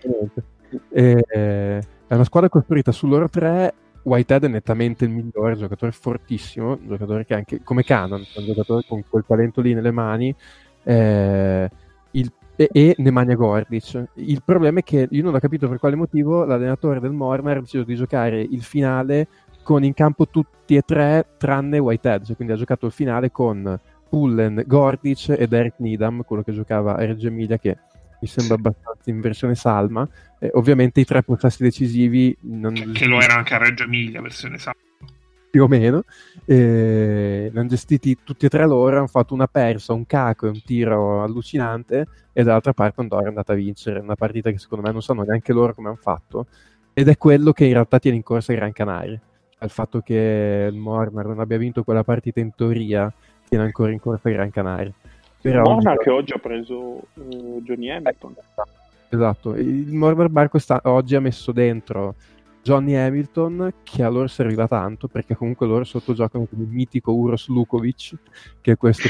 C: È una squadra costruita su loro tre. Whitehead è nettamente il migliore, giocatore fortissimo, un giocatore che anche come Cannon, è un giocatore con quel talento lì nelle mani, e Nemanja Gordic. Il problema è che io non ho capito per quale motivo l'allenatore del Mornar ha deciso di giocare il finale con in campo tutti e tre tranne Whitehead, cioè, quindi ha giocato il finale con Pullen, Gordic ed Eric Needham, quello che giocava a Reggio Emilia, che mi sembra abbastanza in versione salma. Ovviamente i tre possessi decisivi
E: che lo era anche a Reggio Emilia versione salma
C: più o meno, l'hanno gestiti tutti e tre loro, hanno fatto una persa, un caco e un tiro allucinante, e dall'altra parte Andorra è andata a vincere una partita che secondo me non sanno neanche loro come hanno fatto, ed è quello che in realtà tiene in corsa Gran Canaria. Il fatto che il Mornar non abbia vinto quella partita in teoria tiene ancora in corsa Gran Canaria. Però
D: Mornar che oggi ha preso Johnny Hamilton.
C: Esatto, il Mornar Barco oggi ha messo dentro Johnny Hamilton, che a loro serviva tanto, perché comunque loro sottogiocano con il mitico Uros Lukovic, che è questo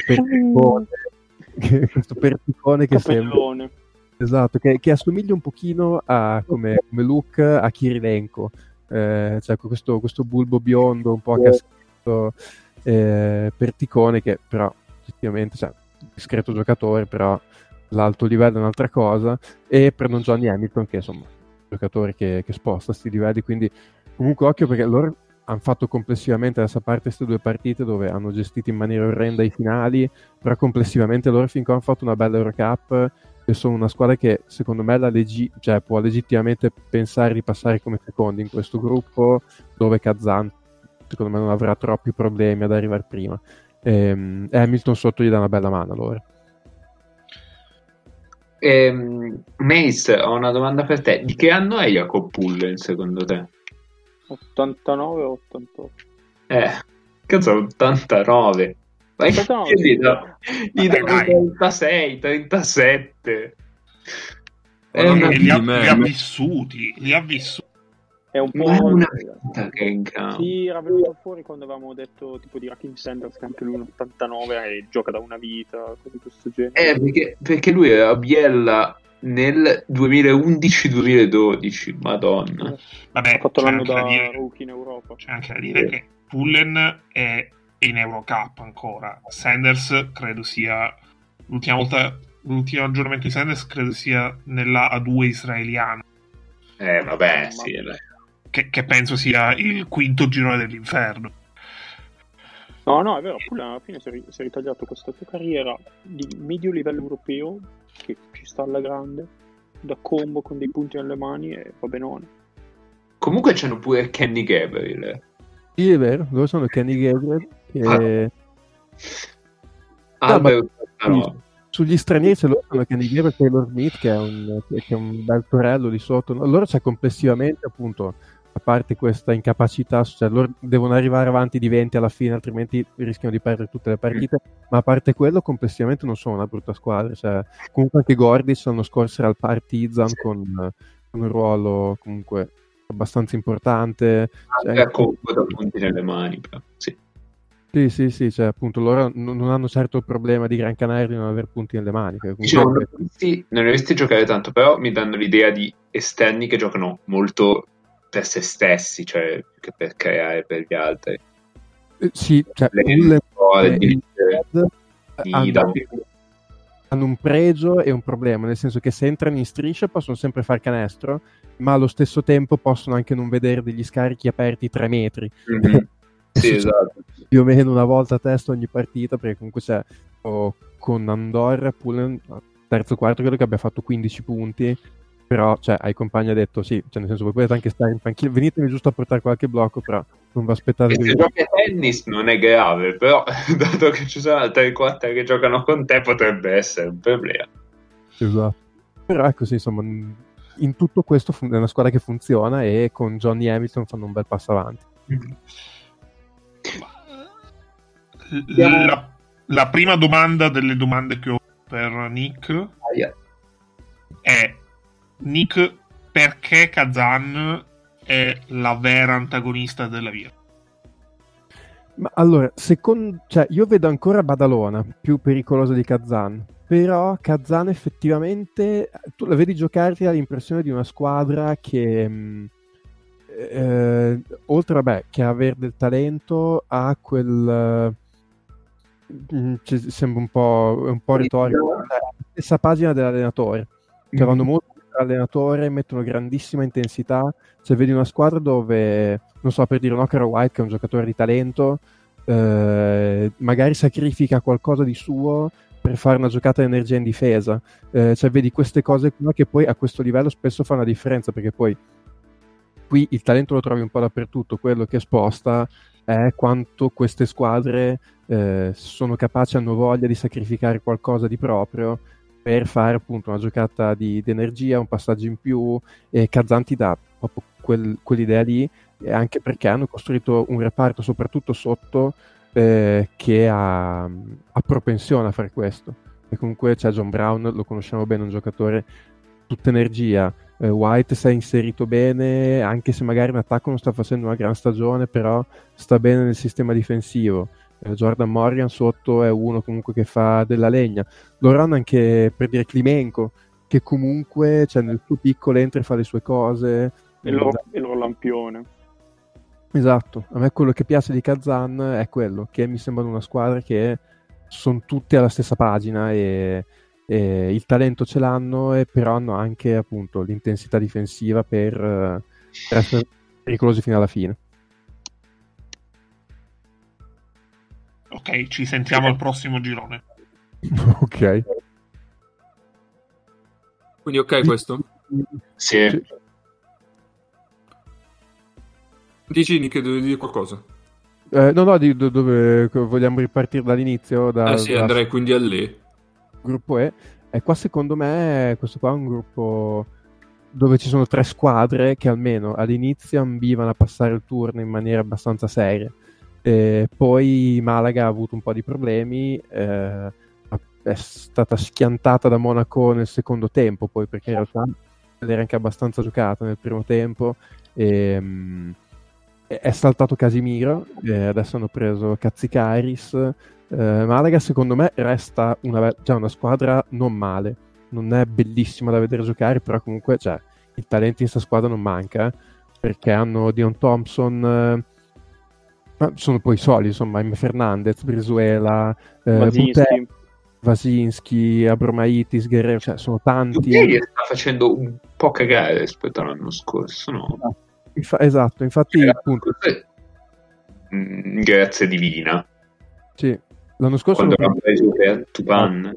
C: perticone che sembra, esatto, che assomiglia un pochino a, come look a Kirilenko, cioè questo bulbo biondo un po' cassetto, perticone, che però effettivamente, cioè, discreto giocatore, però l'alto livello è un'altra cosa, e prendono Johnny Hamilton, che insomma giocatore che sposta sti livelli, quindi comunque occhio, perché loro hanno fatto complessivamente, adesso a parte queste due partite dove hanno gestito in maniera orrenda i finali, però complessivamente loro finché hanno fatto una bella Eurocup, e sono una squadra che secondo me cioè, può legittimamente pensare di passare come secondi in questo gruppo, dove Kazan secondo me non avrà troppi problemi ad arrivare prima. Hamilton sotto gli dà una bella mano allora.
B: Mace, ho una domanda per te. Di che anno è Jakob Pullen secondo te?
D: 89 o 88?
B: Cazzo, 89. Ma gli do 36, 37.
E: Li ha vissuti.
D: È un po'
B: una vita che è in campo.
D: Sì, era venuto fuori quando avevamo detto tipo di Raheem Sanders, che anche lui un 89 e gioca da una vita, cose di questo genere.
B: Perché lui era a Biella nel 2011-2012, madonna.
E: Vabbè,
D: ha fatto l'anno da rookie in Europa.
E: C'è anche da dire che Pullen è in Eurocup ancora. Sanders credo sia l'ultimo aggiornamento di Sanders credo sia nella A2 israeliana.
B: Vabbè, sì,
E: che penso sia il quinto girone dell'inferno.
D: No, è vero, Pullen alla fine si è ritagliato questa sua carriera di medio livello europeo, che ci sta alla grande, da combo con dei punti nelle mani, e va benone.
B: Comunque c'hanno pure Kenny Gabriel.
C: Sì, è vero, loro sono Kenny Gabriel e... Sugli stranieri c'è loro sono Kenny Gabriel e Taylor Smith, che è un bel torello di sotto. Loro c'è complessivamente, appunto, a parte questa incapacità, cioè loro devono arrivare avanti di 20 alla fine, altrimenti rischiano di perdere tutte le partite, ma a parte quello complessivamente non sono una brutta squadra, cioè, comunque anche Gordic l'anno scorso era al Partizan con un ruolo comunque abbastanza importante,
B: cioè, comunque da punti nelle mani, però. Sì,
C: cioè appunto loro non hanno certo il problema di Gran Canaria di non avere punti nelle mani.
B: Diciamo, non li ho visti giocare tanto, però mi danno l'idea di esterni che giocano molto per se stessi, cioè che per creare per gli altri.
C: Sì, cioè hanno un pregio e un problema, nel senso che se entrano in striscia possono sempre far canestro, ma allo stesso tempo possono anche non vedere degli scarichi aperti 3 metri.
B: Mm-hmm. Sì, esatto.
C: Più o meno una volta a testa ogni partita, perché comunque c'è con Andorra Pullen terzo quarto credo che abbia fatto 15 punti, però cioè, ai compagni ha detto sì, cioè, nel senso voi potete anche stare in panchina, venitemi giusto a portare qualche blocco, però non vi aspettate
B: se giochi a tennis non è grave, però dato che ci sono altri 4 che giocano con te potrebbe essere un problema.
C: Esatto, però ecco sì, insomma in tutto questo è una squadra che funziona e con Johnny Hamilton fanno un bel passo avanti.
E: La prima domanda delle domande che ho per Nick è: Nick, perché Kazan è la vera antagonista della Virtus?
C: Ma allora, cioè, io vedo ancora Badalona più pericolosa di Kazan, però Kazan effettivamente, tu la vedi giocare, ti dà l'impressione di una squadra che oltre vabbè, che avere del talento, ha quel sembra un po' retorico, la stessa pagina dell'allenatore, che vanno molto l'allenatore, mettono grandissima intensità. Se vedi una squadra dove, non so, per dire un Okra White, che è un giocatore di talento, magari sacrifica qualcosa di suo per fare una giocata di energia in difesa, cioè vedi queste cose qua che poi a questo livello spesso fanno la differenza, perché poi qui il talento lo trovi un po' dappertutto. Quello che sposta è quanto queste squadre sono capaci, hanno voglia di sacrificare qualcosa di proprio per fare appunto una giocata di energia, un passaggio in più, e Kazan ti dà proprio quell'idea lì, e anche perché hanno costruito un reparto soprattutto sotto che ha propensione a fare questo. E comunque c'è John Brown, lo conosciamo bene, un giocatore tutta energia. White si è inserito bene, anche se magari in attacco non sta facendo una gran stagione, però sta bene nel sistema difensivo. Jordan Morgan sotto è uno comunque che fa della legna. Loro hanno anche, per dire, Klimenko, che comunque, cioè, nel suo piccolo entra e fa le sue cose.
D: E loro lampione.
C: Esatto, a me quello che piace di Kazan è quello, che mi sembra una squadra che sono tutte alla stessa pagina e il talento ce l'hanno, e però hanno anche appunto l'intensità difensiva per essere pericolosi fino alla fine.
E: Ok, ci sentiamo al prossimo girone.
C: Ok.
A: Quindi ok questo?
B: Sì.
A: Dici Nick, devi dire qualcosa?
C: No, dove vogliamo ripartire dall'inizio?
A: Sì, andrei quindi a lì.
C: Gruppo E. E qua secondo me questo qua è un gruppo dove ci sono 3 squadre che almeno all'inizio ambivano a passare il turno in maniera abbastanza seria. Poi Malaga ha avuto un po' di problemi, è stata schiantata da Monaco nel secondo tempo, poi, perché in realtà era anche abbastanza giocata nel primo tempo. È saltato Casimiro, adesso hanno preso Katsikaris. Malaga secondo me resta già una squadra non male, non è bellissima da vedere giocare, però comunque il talento in questa squadra non manca, perché hanno Dion Thompson, ma sono poi i soliti, insomma, M. Fernandez, Brizuela, Vasinski, Abromaitis, Guerrero, cioè sono tanti.
B: Ieri sta facendo un po' cagare rispetto all'anno scorso, no?
C: Esatto, infatti appunto,
B: grazie divina.
C: Sì, l'anno scorso
B: quando l'hanno preso per Tupan.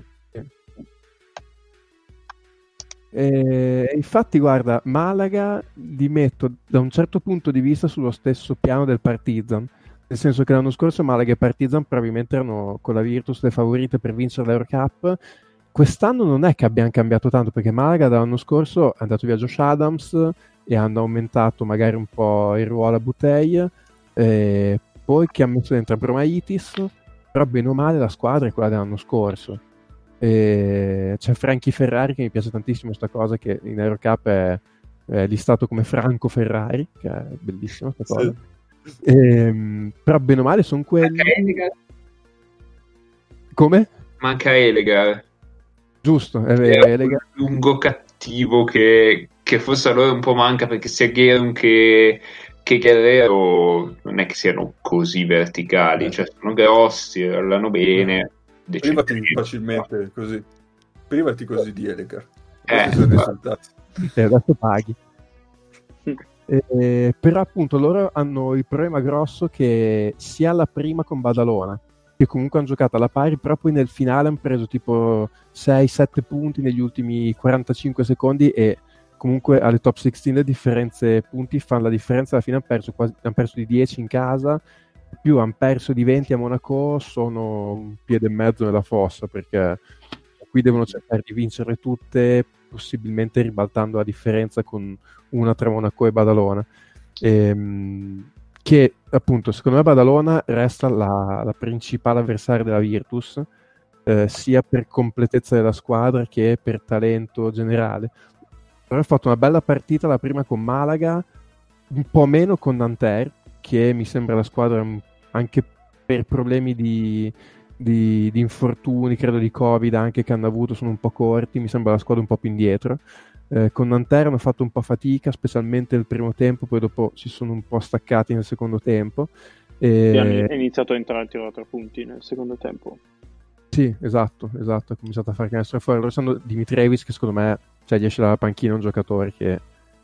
C: Infatti guarda, Malaga li metto da un certo punto di vista sullo stesso piano del Partizan, nel senso che l'anno scorso Malaga e Partizan probabilmente erano con la Virtus le favorite per vincere l'Eurocup. Quest'anno non è che abbiamo cambiato tanto, perché Malaga dall'anno scorso è andato via Josh Adams e hanno aumentato magari un po' il ruolo a Butei, poi che ha messo dentro Abromaitis, però bene o male la squadra è quella dell'anno scorso. C'è Franchi Ferrari, che mi piace tantissimo sta cosa, che in Eurocup è listato come Franco Ferrari, che è bellissima sta cosa. Sì. Però bene o male sono quelli. Come?
B: Manca Elegar.
C: Giusto, è
B: Elegar. Un lungo cattivo che forse a loro un po' manca, perché sia Guerrero che Guerrero non è che siano così verticali, cioè sono grossi, parlano bene.
A: Privati facilmente così. Privati così di Elegar. Questi sono i risultati.
C: Adesso paghi. Però appunto loro hanno il problema grosso che sia alla prima con Badalona, che comunque hanno giocato alla pari, però poi nel finale hanno preso tipo 6-7 punti negli ultimi 45 secondi, e comunque alle top 16 le differenze punti fanno la differenza. Alla fine hanno perso di 10 in casa, più hanno perso di 20 a Monaco, sono un piede e mezzo nella fossa, perché qui devono cercare di vincerle tutte possibilmente ribaltando la differenza con una tra Monaco e Badalona. Che appunto secondo me Badalona resta la principale avversaria della Virtus, sia per completezza della squadra che per talento generale. Però ha fatto una bella partita la prima con Malaga, un po' meno con Nanterre, che mi sembra la squadra anche per problemi di infortuni, credo di Covid anche che hanno avuto, sono un po' corti, mi sembra la squadra un po' più indietro. Con Nanterre hanno fatto un po' fatica, specialmente nel primo tempo, poi dopo si sono un po' staccati nel secondo tempo.
D: È iniziato a entrare a tiro da 3 punti nel secondo tempo.
C: Sì, esatto, ha cominciato a fare canestro fuori. Loro sono Dimitrievich, che secondo me, cioè, gli esce dalla panchina un giocatore che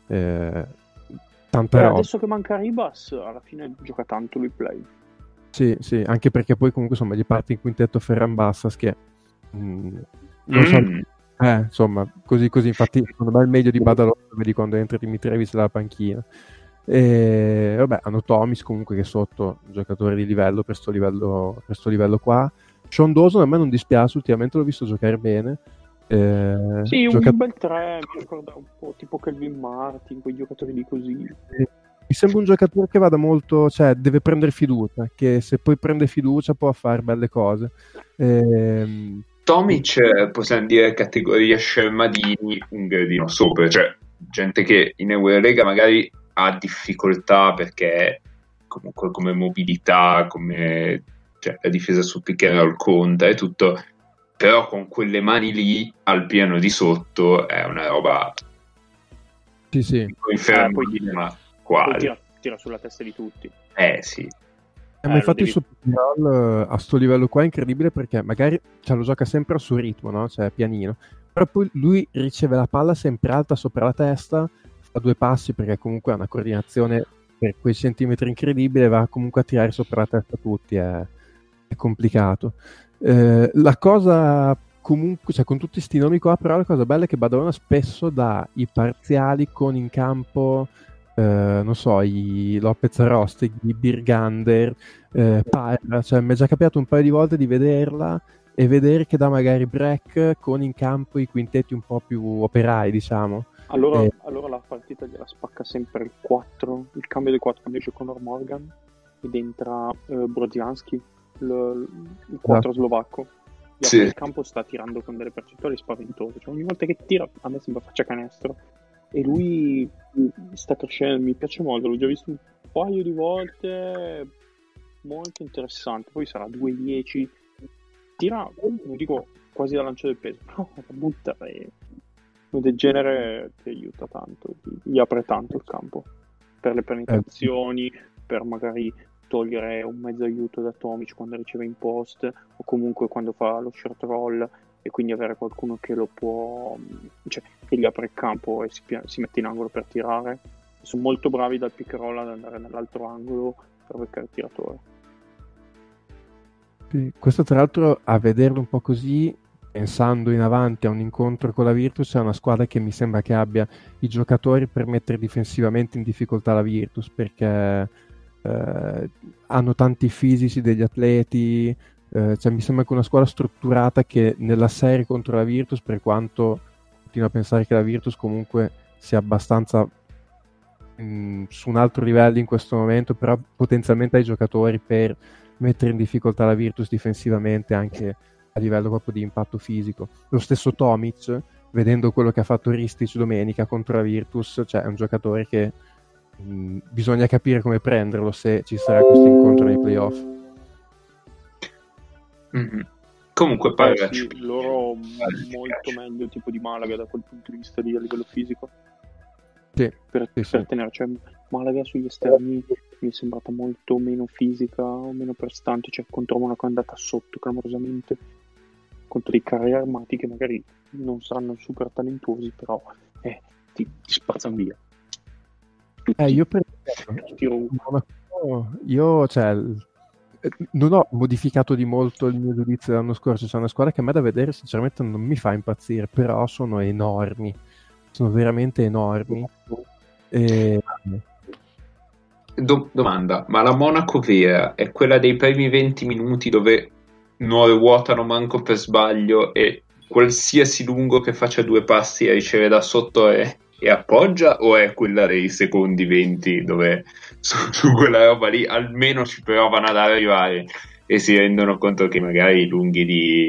C: tanta roba.
D: Adesso che manca Ribas, alla fine gioca tanto lui play.
C: Sì, anche perché poi comunque insomma gli parte in quintetto Ferran Bassas che non so, insomma, così infatti secondo me è il meglio di Badalona, vedi quando entra Dimitrievich dalla panchina. E vabbè, hanno Tomis comunque che è sotto un giocatore di livello per sto livello qua. Sean Dawson a me non dispiace, ultimamente l'ho visto giocare bene.
D: Sì, un bel 3, mi ricorda un po' tipo Kelvin Martin, quei giocatori di così.
C: Mi sembra un giocatore che vada molto, cioè deve prendere fiducia, che se poi prende fiducia può fare belle cose.
B: Tomic possiamo dire categoria Scermadini, un gradino sopra, cioè gente che in Eurolega magari ha difficoltà perché comunque come mobilità, come cioè, la difesa sul pick and roll conta e tutto, però con quelle mani lì al piano di sotto è una roba
C: sì.
B: ma quasi
D: tira sulla testa di tutti.
B: Sì.
C: Ma infatti il suo pick and roll a sto livello qua è incredibile perché magari lo gioca sempre al suo ritmo, no? Cioè pianino, però poi lui riceve la palla sempre alta sopra la testa, fa 2 passi perché comunque ha una coordinazione per quei centimetri incredibile, va comunque a tirare sopra la testa tutti, è complicato. La cosa comunque, cioè con tutti sti nomi qua, però la cosa bella è che Badalona spesso dà i parziali con in campo non so, i Lopez Rostig, i Birgander, Parra, cioè mi è già capitato un paio di volte di vederla e vedere che dà magari break con in campo i quintetti un po' più operai, diciamo.
D: Allora la partita gliela spacca sempre il 4, il cambio del 4 quando esce Conor Morgan ed entra Brodzianski, il 4 slovacco.
B: Sì.
D: Il campo sta tirando con delle percentuali spaventose, cioè ogni volta che tira a me sembra faccia canestro e lui sta crescendo, mi piace molto, l'ho già visto un paio di volte, molto interessante. Poi sarà 2-10, tira, non dico quasi da lancio del peso, però la butta e del genere ti aiuta tanto, gli apre tanto il campo per le penetrazioni, per magari togliere un mezzo aiuto da Tomic quando riceve in post o comunque quando fa lo short roll, e quindi avere qualcuno che lo può, cioè che gli apre il campo e si mette in angolo per tirare. Sono molto bravi dal pick roll ad andare nell'altro angolo per beccare il tiratore.
C: Sì, questo tra l'altro, a vederlo un po' così, pensando in avanti a un incontro con la Virtus, è una squadra che mi sembra che abbia i giocatori per mettere difensivamente in difficoltà la Virtus, perché hanno tanti fisici degli atleti, cioè mi sembra che una squadra strutturata che nella serie contro la Virtus, per quanto continuo a pensare che la Virtus comunque sia abbastanza su un altro livello in questo momento, però potenzialmente ha i giocatori per mettere in difficoltà la Virtus difensivamente anche a livello proprio di impatto fisico. Lo stesso Tomic, vedendo quello che ha fatto Ristic domenica contro la Virtus, cioè è un giocatore che bisogna capire come prenderlo se ci sarà questo incontro nei playoff.
B: Comunque
D: sì, loro molto meglio il tipo di Malaga da quel punto di vista a livello fisico, per tenere, cioè Malaga sugli esterni mi è sembrata molto meno fisica o meno prestante, cioè contro Monaco è andata sotto clamorosamente contro dei carri armati che magari non saranno super talentuosi, però ti spazzano via.
C: Io cioè, non ho modificato di molto il mio giudizio dell'anno scorso. C'è una squadra che a me da vedere sinceramente non mi fa impazzire, però sono enormi, sono veramente enormi.
B: Domanda, ma la Monaco vera è quella dei primi 20 minuti dove non ruotano manco per sbaglio e qualsiasi lungo che faccia 2 passi e riceve da sotto e appoggia, o è quella dei secondi 20 dove su quella roba lì almeno ci provano ad arrivare e si rendono conto che magari i lunghi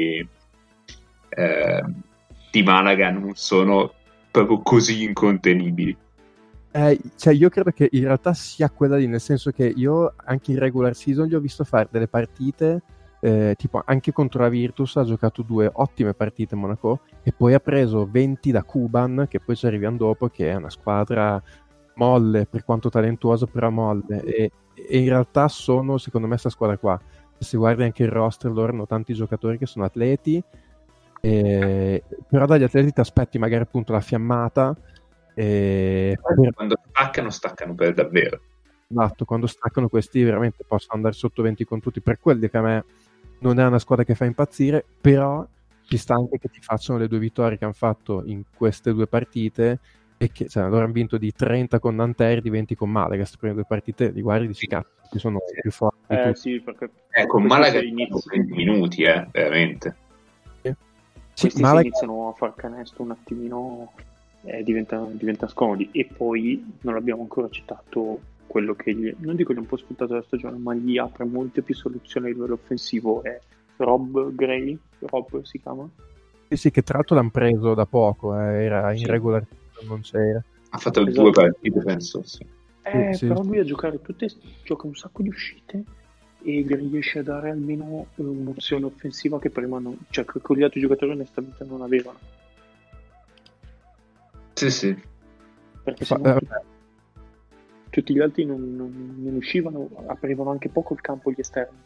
B: di Malaga non sono proprio così incontenibili?
C: Cioè io credo che in realtà sia quella lì, nel senso che io anche in regular season gli ho visto fare delle partite, tipo anche contro la Virtus ha giocato 2 ottime partite Monaco e poi ha preso 20 da Kuban, che poi ci arriviamo dopo, che è una squadra molle, per quanto talentuosa, però molle, e in realtà sono, secondo me, questa squadra qua, se guardi anche il roster, loro hanno tanti giocatori che sono atleti, però dagli atleti ti aspetti magari appunto la fiammata.
B: Quando staccano per davvero.
C: Esatto, quando staccano questi veramente possono andare sotto 20 con tutti, per quelli che a me non è una squadra che fa impazzire, però ci sta anche che ti facciano le 2 vittorie che hanno fatto in queste 2 partite e che loro hanno vinto di 30 con Nanterre, di 20 con Malaga. Queste prime 2 partite li guardi e dici cazzo, che sono più forti di tutti.
D: Sì, perché
B: con Malaga 20 minuti, veramente.
D: Questi
C: Malaga...
D: si iniziano a far canestro un attimino, diventa scomodi, e poi non abbiamo ancora citato quello che non dico gli ha un po' sfruttato la stagione, ma gli apre molte più soluzioni a livello offensivo, è Rob Gray, Rob si chiama?
C: Sì, che tra l'altro l'hanno preso da poco, era in regular, non c'era.
B: Ha fatto 2 partite, penso. Sì.
D: Però lui a giocare gioca un sacco di uscite e riesce a dare almeno un'opzione offensiva che prima non, cioè che con gli altri giocatori onestamente non avevano.
B: Sì.
D: Perché tutti gli altri non uscivano, aprivano anche poco il campo gli esterni.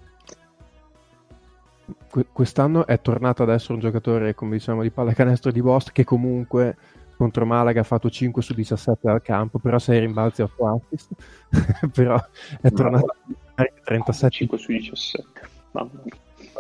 C: Quest'anno è tornato ad essere un giocatore, come diciamo, di pallacanestro di Bost, che comunque contro Malaga ha fatto 5 su 17 al campo, però 6 rimbalzi a 8 assist. Però è tornato a 37
D: 5 su 17. Mamma mia.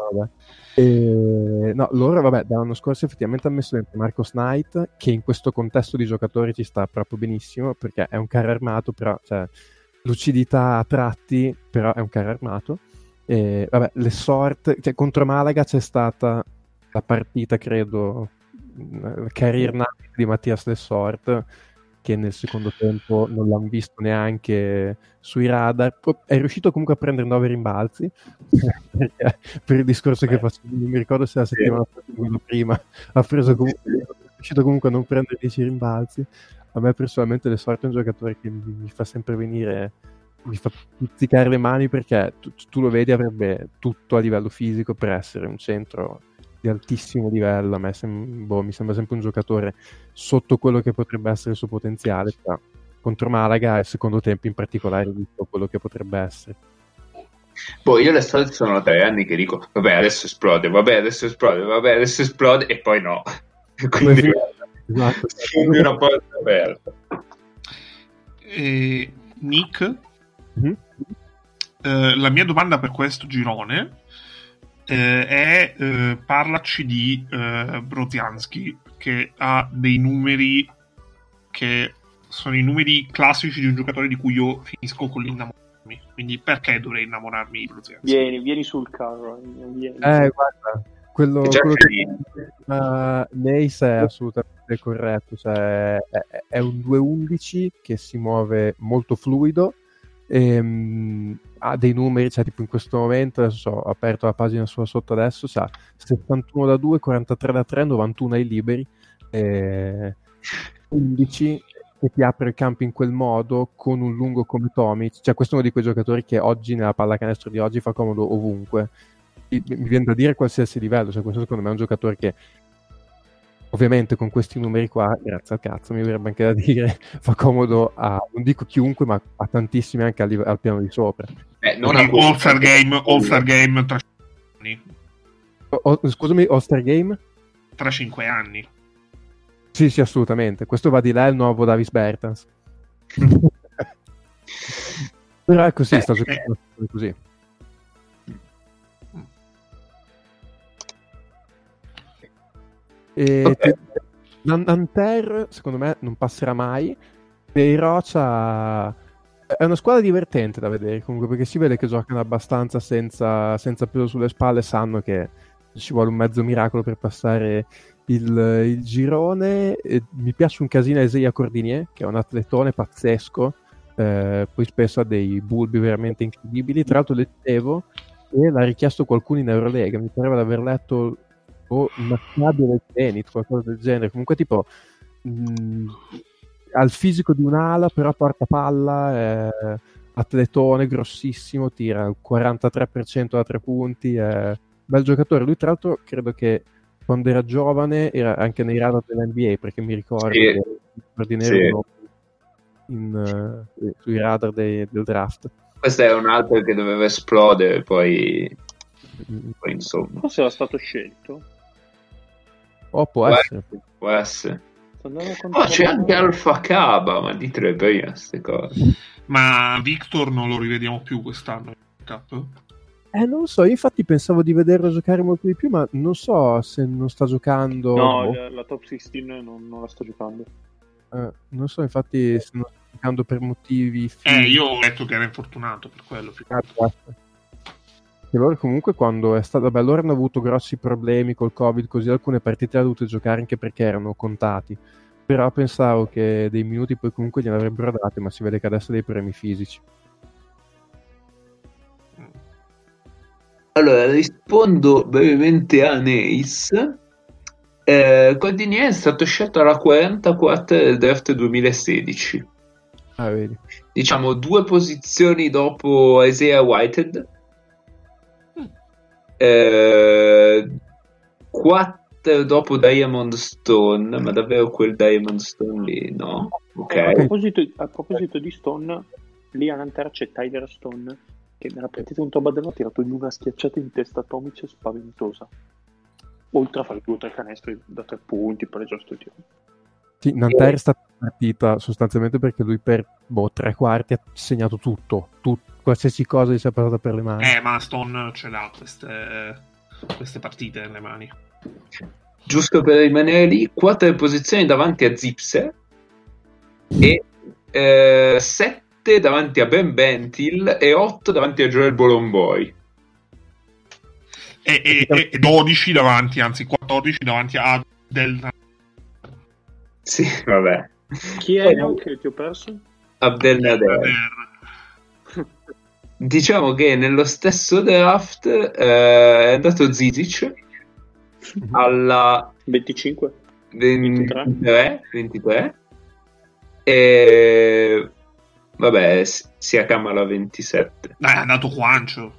C: No, loro dall'anno scorso effettivamente hanno messo dentro Marcos Knight, che in questo contesto di giocatori ci sta proprio benissimo, perché è un carro armato, però lucidità a tratti, però è un carro armato. Le sorte, contro Malaga c'è stata la partita, credo, career night di Mattias Lessort, che nel secondo tempo non l'hanno visto neanche sui radar. È riuscito comunque a prendere 9 rimbalzi per il discorso che facevo, non mi ricordo se la settimana prima è riuscito comunque a non prendere 10 rimbalzi. A me personalmente Lessort è un giocatore che mi fa sempre venire, mi fa pizzicare le mani, perché tu lo vedi, avrebbe tutto a livello fisico per essere un centro di altissimo livello. A me mi sembra sempre un giocatore sotto quello che potrebbe essere il suo potenziale, però contro Malaga il secondo tempo in particolare visto quello che potrebbe essere.
B: Io le solite sono 3 anni che dico adesso esplode, e poi no. Quindi
C: esatto.
B: una porta aperta.
E: Nick, la mia domanda per questo girone è parlaci di Brozianski, che ha dei numeri che sono i numeri classici di un giocatore di cui io finisco con l'innamorarmi. Quindi perché dovrei innamorarmi di Brozianski?
D: Vieni sul carro.
C: Guarda, quello che Neis è assolutamente corretto, è un 2-11 che si muove molto fluido, ha dei numeri, tipo in questo momento, adesso ho aperto la pagina sua sotto adesso, 71 da 2, 43 da 3, 91 ai liberi, 11 che ti apre il campo in quel modo con un lungo come Tomic. Questo è uno di quei giocatori che oggi nella pallacanestro di oggi fa comodo ovunque, mi viene da dire qualsiasi livello. Questo secondo me è un giocatore che ovviamente con questi numeri qua, grazie al cazzo, mi verrebbe anche da dire, fa comodo a, non dico chiunque, ma a tantissimi anche al piano di sopra.
E: All-Star Game tra 5 anni.
C: Scusami, All-Star Game?
E: Tra 5 anni.
C: Sì, assolutamente. Questo va di là, è il nuovo Davis Bertans. Però è così, sta giocando così. Nanterre secondo me non passerà mai. Rocha è una squadra divertente da vedere comunque, perché si vede che giocano abbastanza senza peso sulle spalle, sanno che ci vuole un mezzo miracolo per passare il girone. Mi piace un casino Isaiah Cordinier, che è un atletone pazzesco, poi spesso ha dei bulbi veramente incredibili. Tra l'altro leggevo e l'ha richiesto qualcuno in Eurolega, mi pareva di aver letto Maccabi del Zenit, qualcosa del genere, comunque tipo ha il fisico di un'ala, però porta palla, atletone, grossissimo, tira il 43% da 3 punti, bel giocatore. Lui tra l'altro credo che quando era giovane era anche nei radar dell'NBA, perché mi ricordo che Cordinier sui radar del draft.
B: Questo è un altro che doveva esplodere, poi insomma.
D: Forse era stato scelto.
C: Può essere.
B: Può essere. C'è anche Alpha Caba, ma dite prima queste cose.
E: Ma Victor non lo rivediamo più quest'anno in Cup?
C: Non so, io infatti pensavo di vederlo giocare molto di più, ma non so se non sta giocando.
D: No, la top 16 non la sta giocando.
C: Non so, infatti, se non sta giocando per motivi
E: io ho letto che era infortunato per quello.
C: E loro comunque quando è stato, loro hanno avuto grossi problemi col Covid, così alcune partite le ha dovute giocare anche perché erano contati. Però pensavo che dei minuti poi comunque gliene avrebbero dati, ma si vede che adesso ha dei problemi fisici.
B: Allora, rispondo brevemente a Neis. Cordinier è stato scelto alla 44 del draft 2016.
C: Vedi.
B: Diciamo 2 posizioni dopo Isaiah Whitehead. 4 dopo Diamond Stone, ma davvero quel Diamond Stone lì? No? Ok.
D: A proposito di Stone, lì all'interno c'è Tyler Stone, che nella partita contro Baden ha tirato di una schiacciata in testa a Tomic spaventosa, oltre a fare 2 o 3 canestri da 3 punti per il tiro.
C: Sì, Nanterre è stata partita sostanzialmente perché lui per 3 quarti ha segnato tutto, qualsiasi cosa gli sia passata per le mani.
E: Ma Stone ce l'ha queste partite nelle mani.
B: Giusto per rimanere lì, 4 posizioni davanti a Zipser e 7 davanti a Ben Bentil e 8 davanti a Joel Bolomboy.
E: E 12 davanti, anzi 14 davanti a Del.
B: Sì, vabbè.
D: Chi è che ti ho perso?
B: Abdel Nader. Diciamo che nello stesso draft è andato Zizic alla
D: 25
B: 23 e vabbè si accama alla 27.
E: È andato Juancho.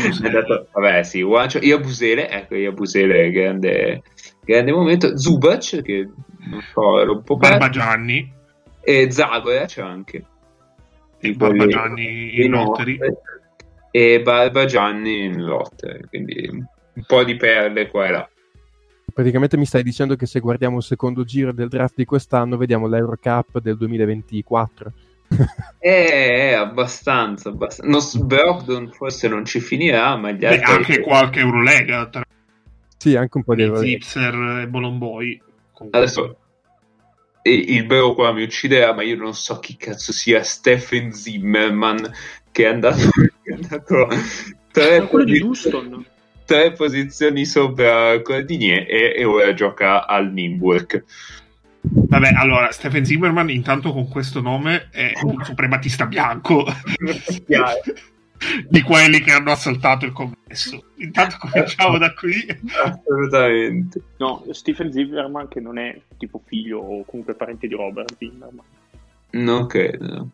B: Iabusele, grande momento. Zubac, che non so, era un po'
E: Barbagianni
B: e Zagorac c'è anche
E: Barbagianni in lotteri
B: e Barbagianni in lotteri, quindi un po' di perle qua e là.
C: Praticamente mi stai dicendo che se guardiamo il secondo giro del draft di quest'anno vediamo l'Eurocup del 2024.
B: Abbastanza. Brogdon forse non ci finirà, ma gli altri
E: anche qualche Eurolega
C: sì, anche un po' di
E: Zipser e Bolomboy.
B: Adesso il Bro qua mi ucciderà, ma io non so chi cazzo sia Stephen Zimmerman, che è andato 3 posizioni sopra Cordinier e ora gioca al Nimburg.
E: Vabbè, allora Stephen Zimmerman intanto con questo nome è un suprematista bianco di quelli che hanno assaltato il congresso. Intanto cominciamo da qui.
B: Assolutamente.
D: No, Stephen Zimmerman che non è tipo figlio o comunque parente di Robert Zimmerman.
B: Non credo.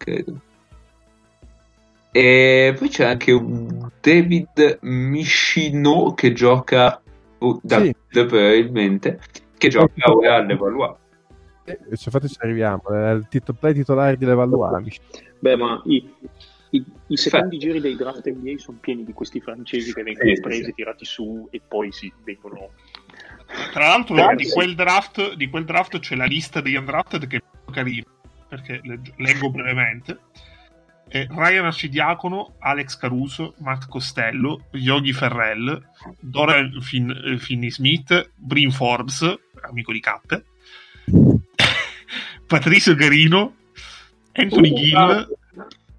B: E poi c'è anche un David Michino che gioca probabilmente che gioca ora all'Evaluat.
C: Infatti ci arriviamo, è il titolare di Levallois.
D: Beh, ma i secondi giri dei draft NBA sono pieni di questi francesi che vengono presi, tirati su e poi si vengono.
E: Tra l'altro di quel draft c'è la lista degli undrafted che è molto carina, perché leggo brevemente. Ryan Arcidiacono, Alex Caruso, Matt Costello, Yogi Ferrell, Dorian Finney-Smith, Bryn Forbes, amico di Cappe, Patricio Garino, Anthony Gill,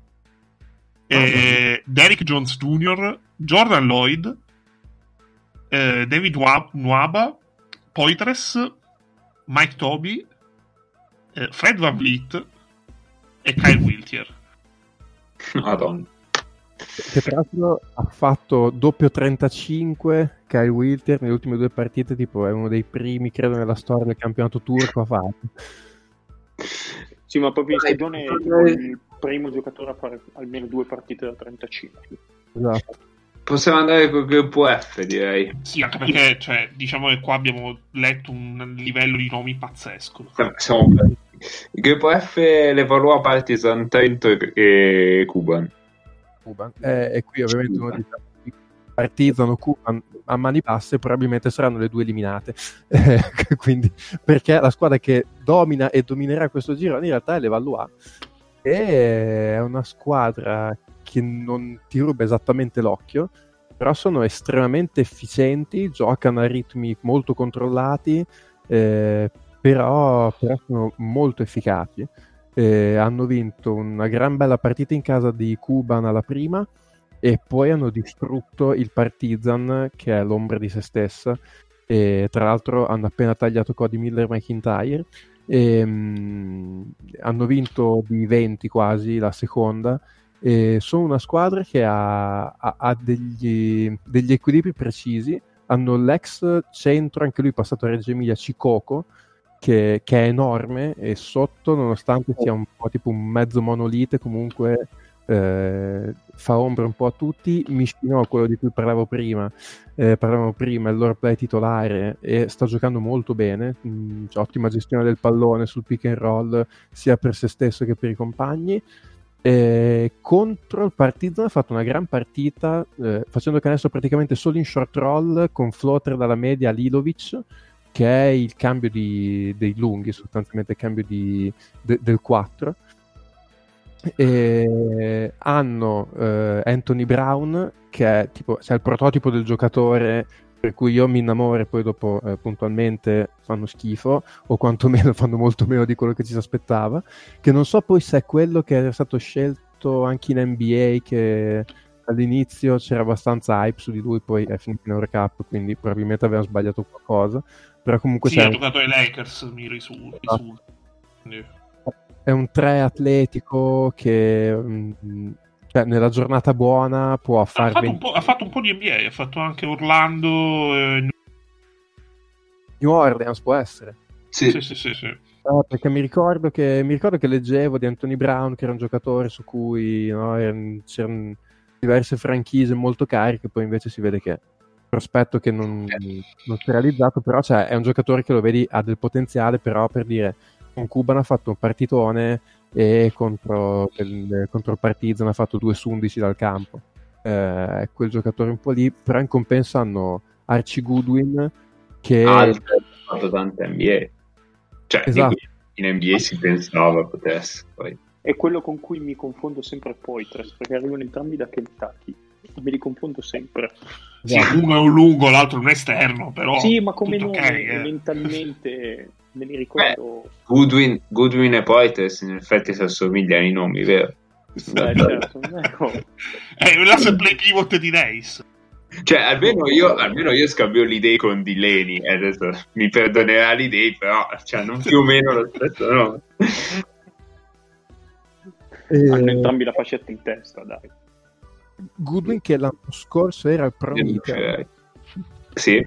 E: Derrick Jones Jr., Jordan Lloyd, David Nwaba, Poitres, Mike Toby, Fred VanVleet e Kyle Wiltier.
B: Madonna.
C: Che tra l'altro ha fatto doppio 35 Kyle Wilter nelle ultime 2 partite, tipo è uno dei primi credo nella storia del campionato turco a farlo.
D: Sì, ma proprio in stagione è tipo il primo giocatore a fare almeno 2 partite da 35.
C: Esatto.
B: Possiamo andare col gruppo F, direi.
E: Sì, anche perché cioè, diciamo che qua abbiamo letto un livello di nomi pazzesco.
B: Il gruppo F, l'Evalua, Partizan, Trento e Kuban.
C: E qui ovviamente uno dice Partizan o Kuban a mani basse probabilmente saranno le 2 eliminate. Quindi, perché la squadra che domina e dominerà questo girone in realtà è l'Evalua, e è una squadra che non ti ruba esattamente l'occhio, però sono estremamente efficienti, giocano a ritmi molto controllati, però sono molto efficaci. Hanno vinto una gran bella partita in casa di Kuban alla prima, e poi hanno distrutto il Partizan, che è l'ombra di se stessa, e tra l'altro hanno appena tagliato Cody Miller-McIntyre, e hanno vinto di 20 quasi la seconda, e sono una squadra che ha degli equilibri precisi. Hanno l'ex centro, anche lui passato a Reggio Emilia, Ciccoco, che è enorme, e sotto, nonostante sia un po' tipo un mezzo monolite, comunque fa ombra un po' a tutti. Mishkinov, quello di cui parlavamo prima, il loro play titolare, e sta giocando molto bene, c'è ottima gestione del pallone sul pick and roll sia per se stesso che per i compagni. Contro il Partizan ha fatto una gran partita, facendo canestro praticamente solo in short roll, con floater dalla media a Lilovic, che è il cambio dei lunghi, sostanzialmente il cambio del 4. E hanno Anthony Brown, che è tipo, cioè, il prototipo del giocatore per cui io mi innamoro e poi dopo puntualmente fanno schifo, o quantomeno fanno molto meno di quello che ci si aspettava, che non so poi se è quello che era stato scelto anche in NBA, che all'inizio c'era abbastanza hype su di lui, poi è finito in Eurocup, quindi probabilmente aveva sbagliato qualcosa, però comunque
E: sì, ha giocato ai Lakers, mi risulta.
C: È un 3 atletico che cioè, nella giornata buona può fare
E: ha fatto un po' di NBA, ha fatto anche Orlando,
C: New Orleans, può essere.
E: Sì.
C: Perché mi ricordo che leggevo di Anthony Brown, che era un giocatore su cui c'erano diverse franchise molto cariche, poi invece si vede che prospetto che non si è realizzato, però cioè, è un giocatore che lo vedi ha del potenziale, però per dire, con Kuban ha fatto un partitone, e contro il Partizan ha fatto 2 su 11 dal campo, quel giocatore un po' lì. Però in compenso hanno Archie Goodwin, che
B: ha fatto tante NBA, cioè
C: esatto.
B: In NBA si pensava potesse, poi
D: è quello con cui mi confondo sempre Poitres, perché arrivano entrambi da Kentucky, me li confondo sempre.
E: Sì, uno è un lungo, l'altro è un esterno, però
D: sì, ma come
E: nome,
D: mentalmente me li ricordo.
B: Goodwin e Poitres in effetti si assomigliano i nomi, vero?
D: Certo.
E: È l'asse play pivot di Reis.
B: Cioè, almeno io scambio l'idea con Delaney, adesso mi perdonerà l'idea, però cioè, non più o meno lo stesso nome.
D: Hanno entrambi la fascetta in testa, dai.
C: Goodwin, che l'anno scorso era il Prometheus.
B: Sì,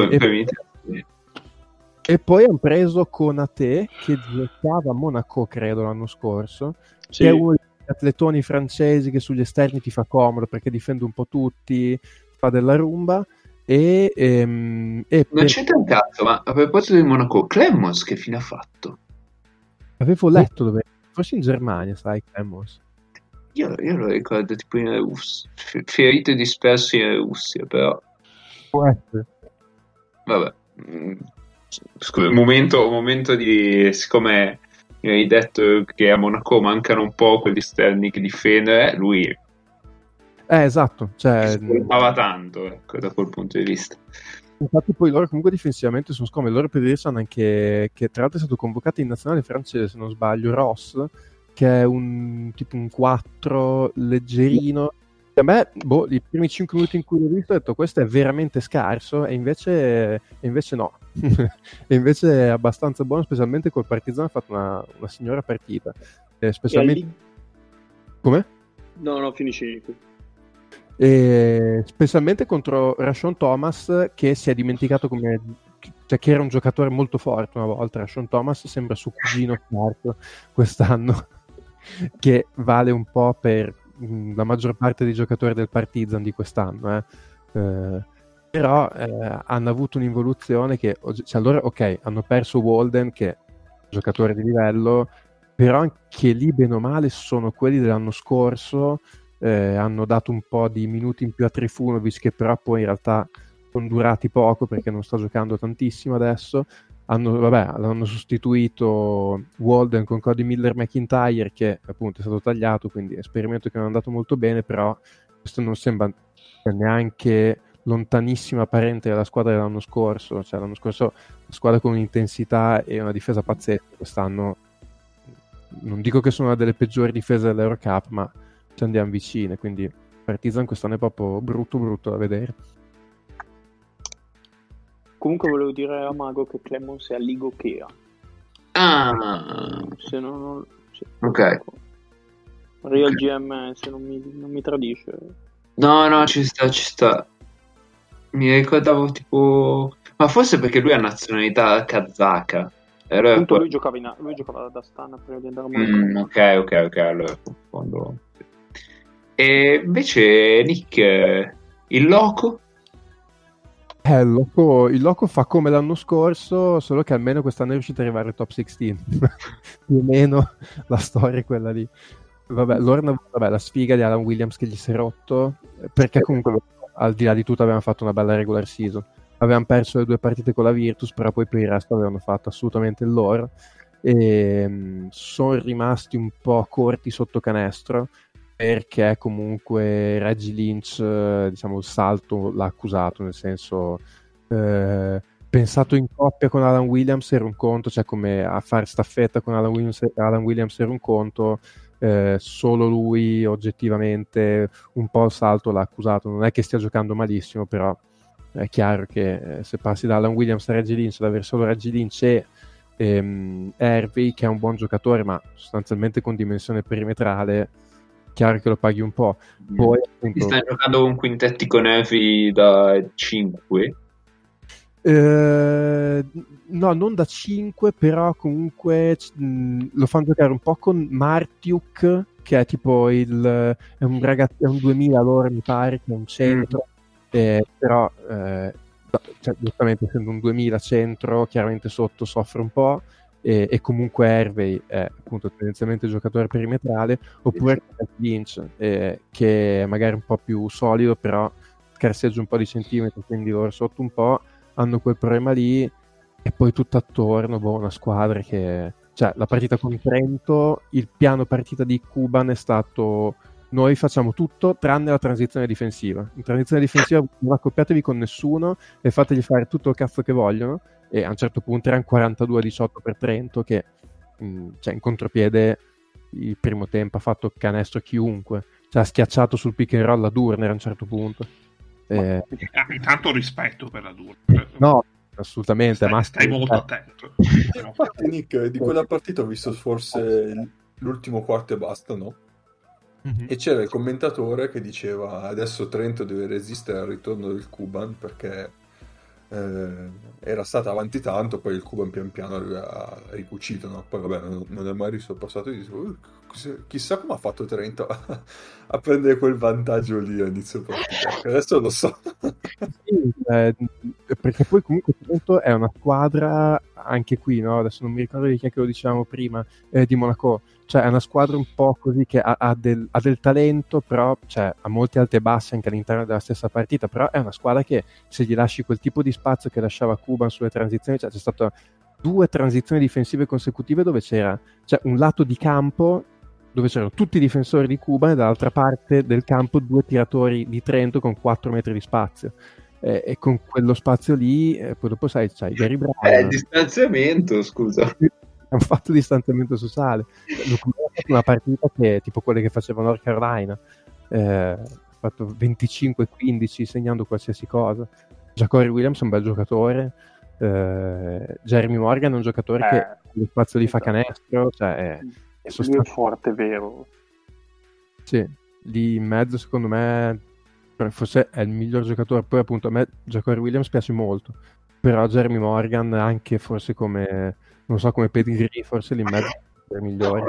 C: e poi hanno preso Konate, che giocava a Monaco, credo, l'anno scorso,
D: sì.
C: che è uno degli atletoni francesi che sugli esterni ti fa comodo, perché difende un po' tutti, fa della rumba. Non
B: c'entra un cazzo, ma a proposito di Monaco, Clemmons che fine ha fatto?
C: Avevo letto dove, forse in Germania, sai, Clemmons.
B: Io lo ricordo tipo in Russia, ferito e disperso in Russia, però
C: può essere.
B: Vabbè, scusa, momento di, siccome mi hai detto che a Monaco mancano un po' quegli esterni che difendono, lui
C: esatto, cioè
B: si scolpava tanto, ecco, da quel punto di vista.
C: Infatti poi loro comunque difensivamente sono scomodi. Loro per dire sanno anche che tra l'altro è stato convocato in nazionale francese, se non sbaglio, Ross, che è un tipo un 4 leggerino, A me, i primi 5 minuti in cui l'ho visto, ho detto questo è veramente scarso, e invece no. E invece è abbastanza buono, specialmente col Partizan ha fatto una signora partita. Specialmente... Come?
D: No, finisci.
C: Specialmente contro Rashawn Thomas, che si è dimenticato che era un giocatore molto forte una volta. Rashawn Thomas sembra suo cugino quarto quest'anno, che vale un po' per la maggior parte dei giocatori del Partizan di quest'anno, però hanno avuto un'involuzione che, cioè, allora ok, hanno perso Walden, che è un giocatore di livello, però anche lì bene o male sono quelli dell'anno scorso. Hanno dato un po' di minuti in più a Trifunovic, che però poi in realtà sono durati poco perché non sta giocando tantissimo adesso. Hanno sostituito Walden con Cody Miller-McIntyre, che appunto è stato tagliato, quindi esperimento che non è andato molto bene, però questo non sembra neanche lontanissima parente della squadra dell'anno scorso. Cioè l'anno scorso la squadra con un'intensità e una difesa pazzesca, quest'anno non dico che sono una delle peggiori difese dell'Eurocup, ma ci andiamo vicine, quindi Partizan quest'anno è proprio brutto da vedere.
D: Comunque volevo dire a Mago che Clemons è a Liga Kea. Se non
B: ok.
D: Real GM, se non mi tradisce.
B: No, ci sta. Mi ricordavo tipo... Ma forse perché lui ha nazionalità kazaka. Allora,
D: appunto lui giocava ad Astana prima di andare a Monaco.
B: Ok, allora confondo. E invece Nick, il Loco?
C: Il Loco fa come l'anno scorso, solo che almeno quest'anno è riuscito ad arrivare al top 16. Più o meno la storia è quella lì. La sfiga di Alan Williams che gli si è rotto, perché comunque al di là di tutto avevano fatto una bella regular season. Avevano perso le 2 partite con la Virtus, però poi per il resto avevano fatto assolutamente il loro, e sono rimasti un po' corti sotto canestro, perché comunque Reggie Lynch, diciamo, il salto l'ha accusato, nel senso, pensato in coppia con Alan Williams era un conto, cioè come a fare staffetta con Alan Williams era un conto, solo lui oggettivamente un po' il salto l'ha accusato. Non è che stia giocando malissimo, però è chiaro che se passi da Alan Williams a Reggie Lynch, ad avere solo Reggie Lynch e Hervey, che è un buon giocatore ma sostanzialmente con dimensione perimetrale, chiaro che lo paghi un po'. Poi appunto,
B: stai giocando un quintetti con Hervey da 5?
C: No, non da 5, però comunque lo fanno giocare un po' con Martiuk, che è tipo è un ragazzo, è un 2000 allora mi pare, che è un centro, però cioè, giustamente essendo un 2000 centro, chiaramente sotto soffre un po', e comunque Hervey è appunto tendenzialmente giocatore perimetrale, oppure Lynch, che è magari un po' più solido, però scarseggia un po' di centimetri, quindi loro sotto un po' hanno quel problema lì. E poi tutto attorno, una squadra che... Cioè, la partita con Trento, il piano partita di Cuban è stato: noi facciamo tutto tranne la transizione difensiva. In transizione difensiva non accoppiatevi con nessuno e fategli fare tutto il cazzo che vogliono. E a un certo punto erano 42-18 per Trento, che cioè, in contropiede il primo tempo ha fatto canestro chiunque, cioè ha schiacciato sul pick and roll la Durner a un certo punto.
E: Intanto rispetto per la Durner.
C: No, assolutamente,
E: stai molto attento.
F: Infatti, Nick, di quella partita ho visto forse l'ultimo quarto e basta, no? Mm-hmm. E c'era il commentatore che diceva: adesso Trento deve resistere al ritorno del Cuban, perché era stata avanti tanto, poi il Cuban pian piano ha ricucito, no? Poi vabbè, non è mai risorpassato. Chissà come ha fatto Trento a prendere quel vantaggio lì a inizio partita. Adesso lo so.
C: Sì, perché poi comunque Trento è una squadra, anche qui, no? Adesso non mi ricordo di chi è che lo dicevamo prima, di Monaco. Cioè è una squadra un po' così che ha del talento, però cioè, ha molti alti e bassi anche all'interno della stessa partita, però è una squadra che se gli lasci quel tipo di spazio che lasciava Cuban sulle transizioni, cioè c'è stato 2 transizioni difensive consecutive dove c'era un lato di campo dove c'erano tutti i difensori di Cuban e dall'altra parte del campo 2 tiratori di Trento con 4 metri di spazio. E con quello spazio lì, poi dopo sai, c'hai Gary Brown.
B: Distanziamento, scusa.
C: Hanno fatto distanziamento sociale. Una partita che tipo quelle che faceva North Carolina, fatto 25-15 segnando qualsiasi cosa. Ja'Cory Williams è un bel giocatore, Jeremy Morgan è un giocatore che lo spazio lì fa canestro, cioè è
D: sostanzialmente forte, vero?
C: Sì, lì in mezzo secondo me forse è il miglior giocatore. Poi appunto a me Ja'Cory Williams piace molto, però Jeremy Morgan anche forse come, non so, come pedigree, forse lì in mezzo è il migliore.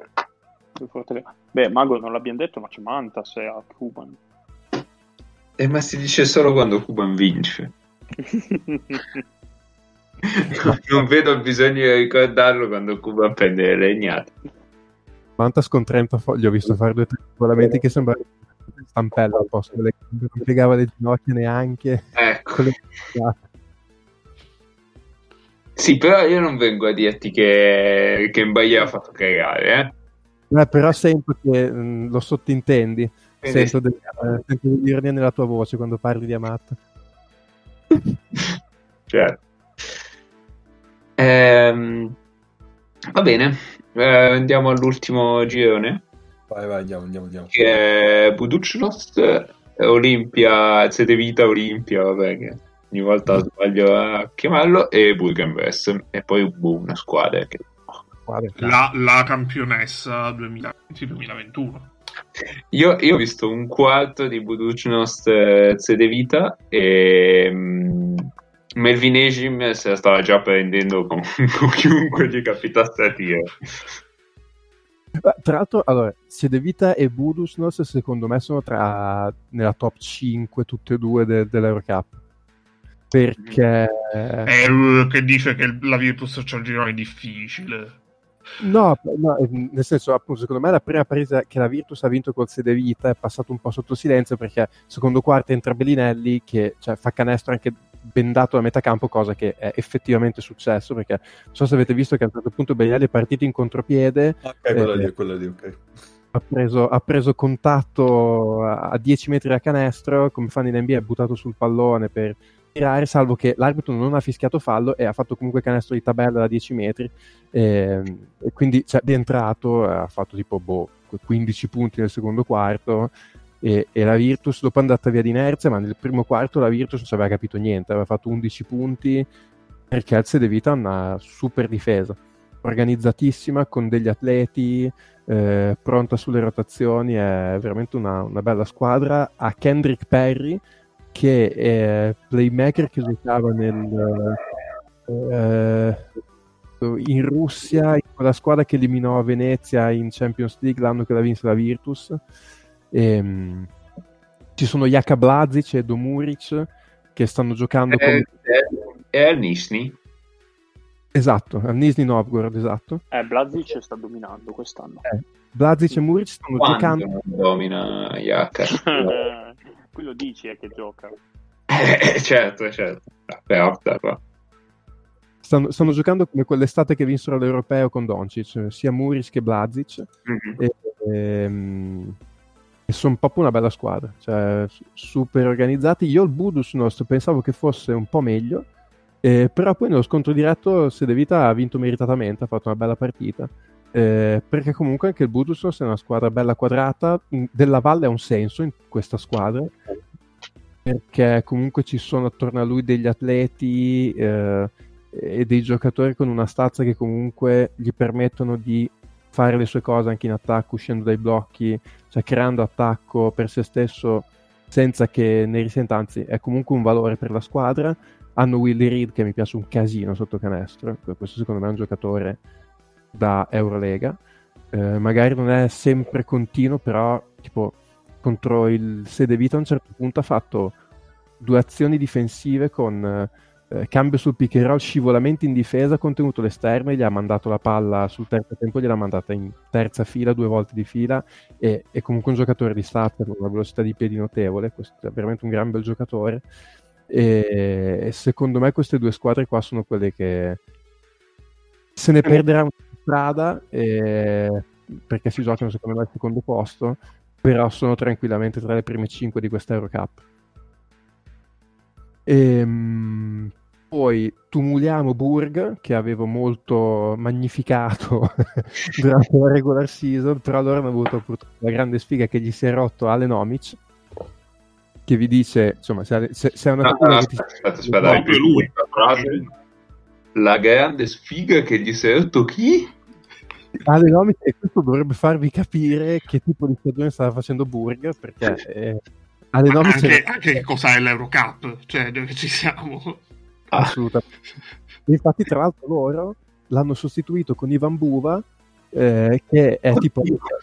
D: Beh, Mago non l'abbiamo detto, ma c'è Mantas a Cuban.
B: Ma si dice solo quando Cuban vince. Non vedo il bisogno di ricordarlo quando Cuban prende le legnate.
C: Mantas con 30 fogli, ho visto fare 2 o 3 regolamenti che sembrava stampella al posto delle gambe, non piegava le ginocchia neanche.
B: Ecco. Sì, però io non vengo a dirti che Mbaye ha fatto cagare,
C: però sento che lo sottintendi. Sento dell'ironia nella tua voce quando parli di Amat.
B: Certo. Va bene, andiamo all'ultimo girone.
F: Vai, andiamo.
B: Che è Budućnost, Olimpia, Cedevita, Olimpia, vabbè, che ogni volta sbaglio a chiamarlo, e Burgenvest, e poi una squadra che...
E: La campionessa 2020-2021.
B: Io ho visto un quarto di Budućnost Cedevita e Melvin Ejim se la stava già prendendo con chiunque gli capitasse a tiro.
C: Tra l'altro, allora, Cedevita e Budućnost secondo me sono nella top 5 tutte e due dell'Eurocup, perché
E: che dice che la Virtus c'è un girone difficile.
C: No, nel senso, appunto, secondo me la prima partita che la Virtus ha vinto col Cedevita è passato un po' sotto silenzio, perché secondo quarto entra Bellinelli che fa canestro anche bendato da metà campo, cosa che è effettivamente successo, perché non so se avete visto che a un certo punto Bellinelli è partito in contropiede.
F: Quella lì, ok.
C: Ha preso contatto a 10 metri da canestro, come fanno in NBA, è buttato sul pallone per tirare, salvo che l'arbitro non ha fischiato fallo e ha fatto comunque canestro di tabella da 10 metri, e quindi è entrato, ha fatto tipo 15 punti nel secondo quarto, e la Virtus dopo è andata via di inerzia, ma nel primo quarto la Virtus non ci aveva capito niente, aveva fatto 11 punti perché il Cedevita ha una super difesa organizzatissima, con degli atleti, pronta sulle rotazioni, è veramente una bella squadra. Ha Kendrick Perry che è playmaker che giocava in Russia, in quella squadra che eliminò a Venezia in Champions League l'anno che la vinse la Virtus. Ci sono Jaka Blazic e Domuric che stanno giocando
B: è al Nizhny.
C: Esatto, al Nizhny Novgorod, esatto.
D: Blazic sta dominando quest'anno.
C: Blazic e Muric stanno giocando.
B: Non domina Jaka.
D: Qui lo dici che gioca.
B: Certo. Però.
C: Stanno giocando come quell'estate che vinsero l'Europeo con Doncic, sia Muric che Blazic. E sono proprio una bella squadra, super organizzati. Io il Budućnost pensavo che fosse un po' meglio, però poi nello scontro diretto Cedevita ha vinto meritatamente, ha fatto una bella partita, perché comunque anche il Budućnost è una squadra bella quadrata. Della Valle ha un senso in questa squadra, perché comunque ci sono attorno a lui degli atleti e dei giocatori con una stazza che comunque gli permettono di fare le sue cose anche in attacco, uscendo dai blocchi, creando attacco per se stesso senza che ne risenta, anzi è comunque un valore per la squadra. Hanno Willie Reed che mi piace un casino sotto canestro, questo secondo me è un giocatore da Eurolega, magari non è sempre continuo, però tipo contro il Cedevita a un certo punto ha fatto 2 azioni difensive con cambio sul pick and roll, scivolamenti in difesa, contenuto l'esterno, e gli ha mandato la palla sul terzo tempo, gliel'ha mandata in terza fila 2 volte di fila, e comunque un giocatore di starter con una velocità di piedi notevole. Questo è veramente un gran bel giocatore, e secondo me queste 2 squadre qua sono quelle che se ne perderanno strada, perché si giocano secondo me al secondo posto, però sono tranquillamente tra le prime 5 di questa Eurocup. Poi tumuliamo Burg, che avevo molto magnificato durante la regular season, però loro hanno avuto purtroppo la grande sfiga che gli si è rotto Alenomic, che vi dice, insomma, se è una scuola che
B: aspetta,
E: proprio lui.
B: La grande sfiga che gli sei detto chi?
C: Alenomics, e questo dovrebbe farvi capire che tipo di stagione stava facendo Burger, perché Alenomics
E: anche cos'è l'Eurocup, cioè dove ci siamo.
C: Assolutamente. Infatti, tra l'altro, loro l'hanno sostituito con Ivan Buva, che è tipo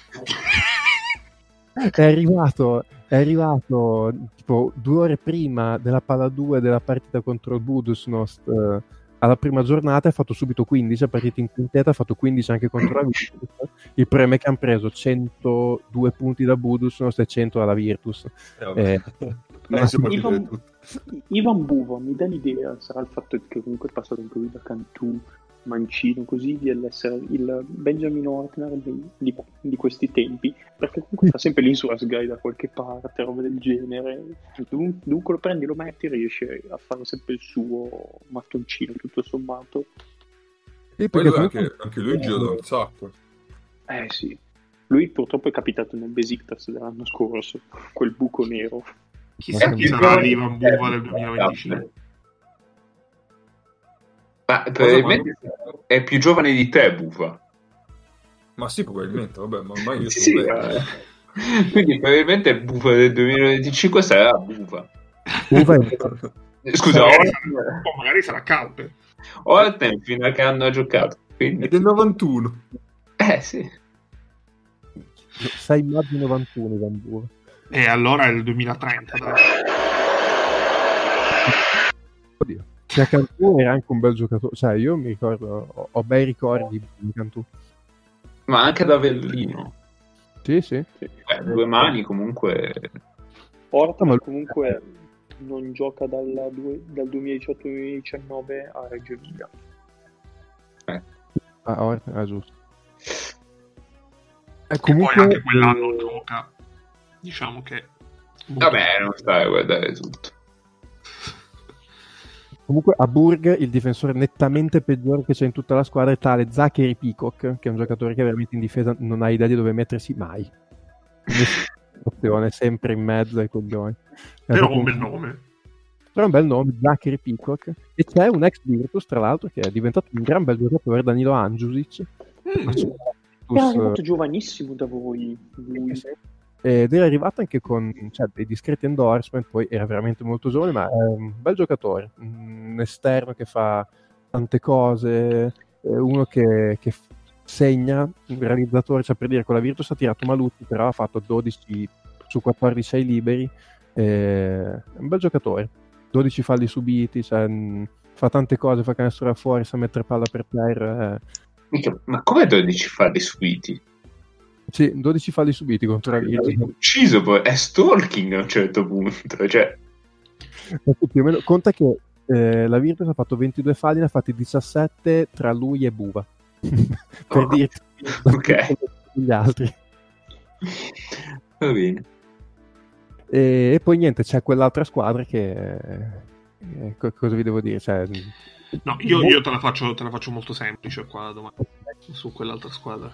C: è arrivato tipo 2 ore prima della palla 2 della partita contro il Budućnost. Alla prima giornata ha fatto subito 15, ha partito in quintetta, ha fatto 15 anche contro la Virtus. Il problema è che hanno preso 102 punti da Budućnost e 100 dalla Virtus.
D: Ivan Buva mi dà l'idea, sarà il fatto che comunque è passato anche lui da Cantù, Mancino, così, di essere il Benjamin Ortner di questi tempi, perché comunque fa sempre l'insurance guy da qualche parte, roba del genere. Dunque lo prendi, lo metti, riesce a fare sempre il suo mattoncino tutto sommato.
F: E poi anche lui gira da un sacco.
D: Sì, lui purtroppo è capitato nel Besiktas dell'anno scorso, quel buco nero.
E: Chissà chi sarà l'Ivan Buva del 2025.
B: Ma probabilmente è più giovane di te, Buva.
F: Ma sì, probabilmente, vabbè, ma ormai io
B: Sì,
F: sono vecchio.
B: Quindi probabilmente il Buva del 2025 sarà Buva. Scusa,
E: magari sarà Caupe.
B: Orten fino a che anno ha giocato. Quindi...
F: È del 91.
B: Sì.
C: 6 maggio 91 Ivan Buva.
E: E allora è il 2030, dai.
C: Oddio. Cioè, Cantù era anche un bel giocatore, cioè io mi ricordo, ho bei ricordi di Cantù.
B: Ma anche da Avellino.
C: Sì.
B: 2 mani comunque.
D: Orta, ma comunque non gioca dal 2018-2019 a Reggio Emilia.
C: Orta, giusto.
E: Comunque poi anche quell'anno gioca, diciamo che
B: vabbè, non stai a guardare tutto.
C: Comunque a Burg il difensore nettamente peggiore che c'è in tutta la squadra è tale Zachary Peacock, che è un giocatore che veramente in difesa non ha idea di dove mettersi mai. Opzione sempre in mezzo ai coglioni.
E: Però un bel nome.
C: Però un bel nome, Zachary Peacock. E c'è un ex Virtus, tra l'altro, che è diventato un gran bel giocatore, Danilo Andjusic.
D: Era arrivato giovanissimo da voi.
C: Ed era arrivato anche con dei discreti endorsement, poi era veramente molto giovane, ma è un bel giocatore, un esterno che fa tante cose, uno che segna, un realizzatore, cioè per dire con la Virtus ha tirato Maluzzi, però ha fatto 12 su 14 ai liberi, è un bel giocatore, 12 falli subiti, fa tante cose, fa canestro da fuori, sa mettere palla per terra.
B: Ma come 12 falli subiti?
C: Sì, 12 falli subiti contro la Virtus.
B: Ucciso poi, è stalking a un certo punto, cioè.
C: Più o meno, conta che la Virtus ha fatto 22 falli, ne ha fatti 17 tra lui e Buva. Per dirti gli altri.
B: Va bene.
C: E poi niente, c'è quell'altra squadra che cosa vi devo dire?
E: No, io te la faccio molto semplice qua la domanda su quell'altra squadra.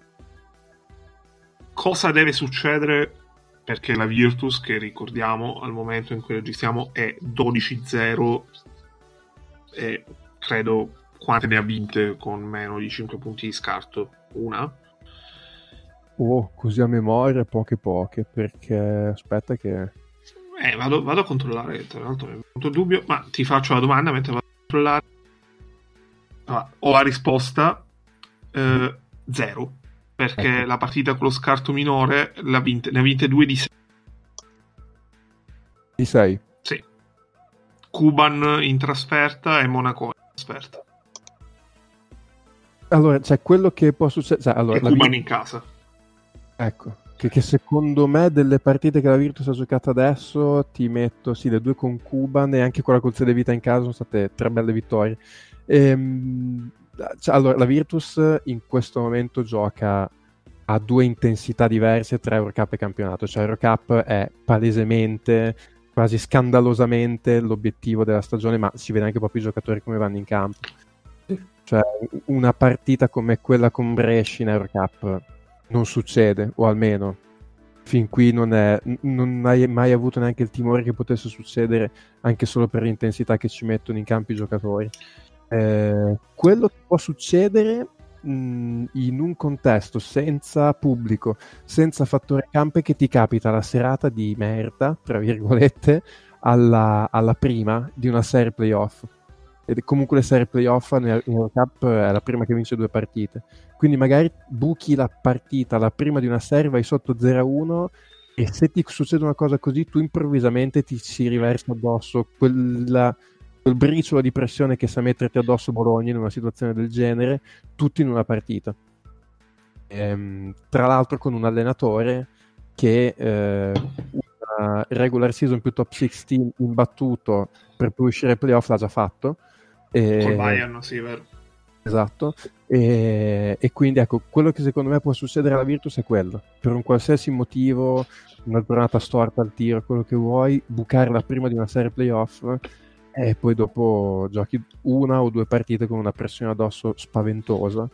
E: Cosa deve succedere perché la Virtus, che ricordiamo al momento in cui registriamo è 12-0 e credo quante ne ha vinte con meno di 5 punti di scarto? Una?
C: Così a memoria poche, perché aspetta che
E: vado a controllare, tra l'altro mi è venuto il dubbio, ma ti faccio la domanda mentre vado a controllare. Ho la risposta 0, perché la partita con lo scarto minore ne ha vinte 2 di 6.
C: Di 6?
E: Sì. Kuban in trasferta e Monaco in trasferta.
C: Allora, quello che può succedere...
E: e Kuban in casa.
C: Ecco, che secondo me delle partite che la Virtus ha giocato adesso ti metto, le 2 con Kuban e anche quella col Cedevita in casa sono state 3 belle vittorie. Allora, la Virtus in questo momento gioca a 2 intensità diverse tra Eurocup e campionato. Eurocup è palesemente, quasi scandalosamente l'obiettivo della stagione, ma si vede anche proprio i giocatori come vanno in campo. Cioè, una partita come quella con Brescia in Eurocup non succede, o almeno fin qui non hai mai avuto neanche il timore che potesse succedere, anche solo per l'intensità che ci mettono in campo i giocatori. Quello che può succedere in un contesto senza pubblico, senza fattore campo, è che ti capita la serata di merda, tra virgolette, alla prima di una serie playoff. E comunque le serie playoff nel World Cup è la prima che vince 2 partite, quindi magari buchi la partita la prima di una serie, vai sotto 0-1 e se ti succede una cosa così tu improvvisamente ti si riversa addosso quel briciolo di pressione che sa metterti addosso Bologna in una situazione del genere, tutto in una partita. Tra l'altro con un allenatore che una regular season più top 16 imbattuto per poi uscire ai playoff l'ha già fatto.
E: Col Bayern, sì, vero.
C: Esatto, e quindi ecco, quello che secondo me può succedere alla Virtus è quello, per un qualsiasi motivo, una giornata storta al tiro, quello che vuoi, bucarla prima di una serie playoff e poi dopo giochi 1 o 2 partite con una pressione addosso spaventosa,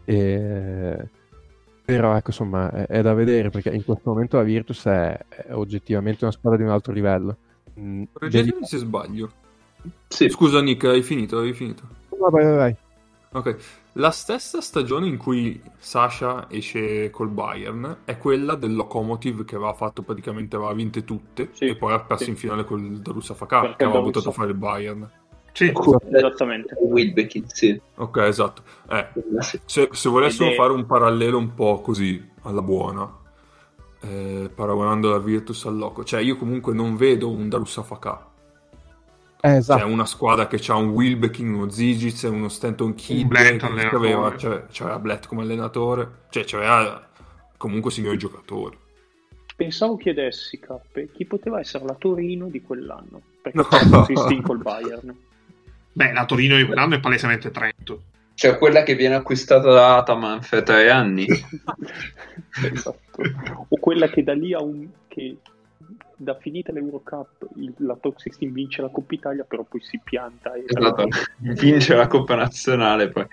C: però ecco, insomma è da vedere, perché in questo momento la Virtus è oggettivamente una squadra di un altro livello.
A: Correggetemi se sbaglio.
B: Sì.
A: Scusa Nick, hai finito?
C: Vai.
A: Ok, la stessa stagione in cui Sasha esce col Bayern è quella del Lokomotiv che aveva vinte tutte,
D: Sì,
A: e poi ha perso
D: sì.
A: in finale col Darussafaka
D: Perché
A: che aveva
D: Darussa-
A: buttato fuori il Bayern.
E: Sì.
D: Esattamente.
B: Wilbekin, sì.
A: Ok, esatto. Se volessimo
D: Ed è-
A: fare un parallelo un po' così, alla buona, paragonando la Virtus al Loco, cioè io comunque non vedo un Darussafaka.
C: Esatto.
A: C'è una squadra che ha un Wilbekin, uno Zizic, uno Stanton Kidd,
E: Un Blatt
A: che
E: allenatore.
A: aveva, c'aveva Blatt come allenatore, cioè c'aveva comunque signori giocatori.
D: Pensavo chiedessi, Cappe, chi poteva essere la Torino di quell'anno, perché
A: No.
D: c'era Sistin col Bayern.
E: Beh, la Torino di quell'anno è palesemente Trento.
B: Cioè quella che viene acquistata da Ataman per 3 anni.
D: Esatto. O quella che da lì che da finita l'Eurocup la Top 16 vince la Coppa Italia, però poi si pianta e
B: Esatto. Vince la Coppa Nazionale poi.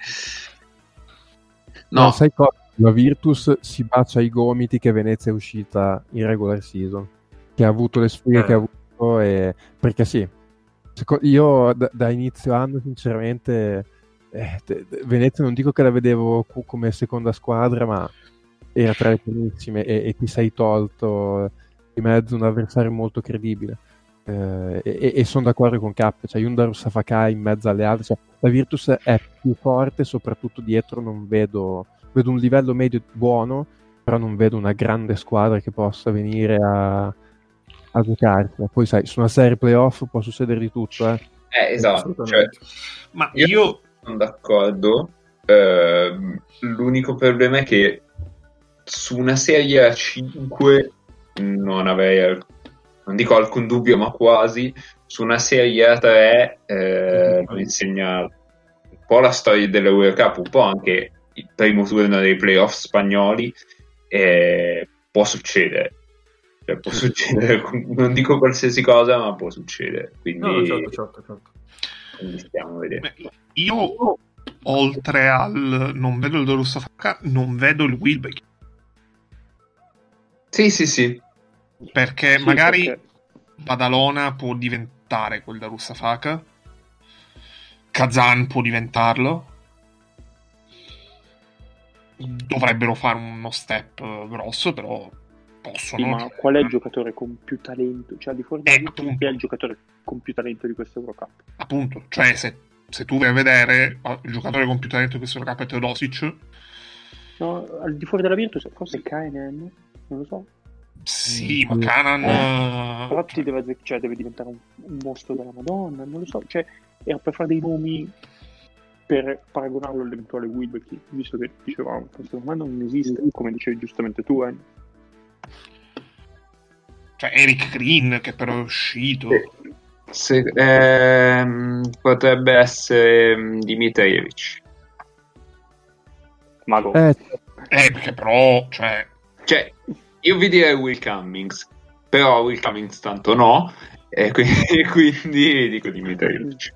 C: No,
B: No,
C: sai cosa? La Virtus si bacia i gomiti che Venezia è uscita in regular season, che ha avuto le sfighe che ha avuto, perché sì, io da inizio anno sinceramente Venezia non dico che la vedevo come seconda squadra, ma era tra le primissime e ti sei tolto di mezzo un avversario molto credibile. E sono d'accordo con Cap, cioè Yundar Safaka in mezzo alle altre, cioè, la Virtus è più forte, soprattutto dietro non vedo un livello medio buono, però non vedo una grande squadra che possa venire a giocarsi. Poi sai, su una serie playoff può succedere di tutto,
B: esatto, cioè,
E: Ma
B: io
E: io
B: sono d'accordo. L'unico problema è che su una serie a 5 non avrei, non dico alcun dubbio, ma quasi. Su una serie a 3 mi insegna un po' la storia dell'Eurocup, un po' anche il primo turno dei playoff spagnoli. Può succedere. Cioè, può succedere, non dico qualsiasi cosa, ma può succedere. Quindi,
A: No, certo.
B: quindi stiamo a vedere.
E: Beh, io oltre al non vedo il Darussafaka, non vedo il Wilbeck,
B: Sì.
E: perché
D: Sì,
E: magari
D: perché-
E: Badalona può diventare quel Darussafaka, Kazan può diventarlo, dovrebbero fare uno step grosso, però possono.
D: Sì, ma qual è il giocatore con più talento? Cioè, al di fuori della Virtus,
E: appunto.
D: chi è il giocatore con più talento di questo Eurocup?
E: Appunto, cioè se tu vai a vedere il giocatore con più talento di questo Eurocup è Teodosic.
D: No, al di fuori della Virtus, forse Kainen, non lo so.
E: Sì, ma Canan
D: Però ti deve diventare un mostro della Madonna, non lo so. Cioè, era per fare dei nomi per paragonarlo all'eventuale Wilbeck, visto che dicevamo, questo ormai non esiste, come dicevi giustamente tu,
E: cioè Eric Green che però è uscito.
B: Potrebbe essere Dimitrijevic.
D: Mago.
E: Perché però, cioè
B: io vi direi Will Cummings, però Will Cummings tanto no, e quindi dico Dimitrijevic.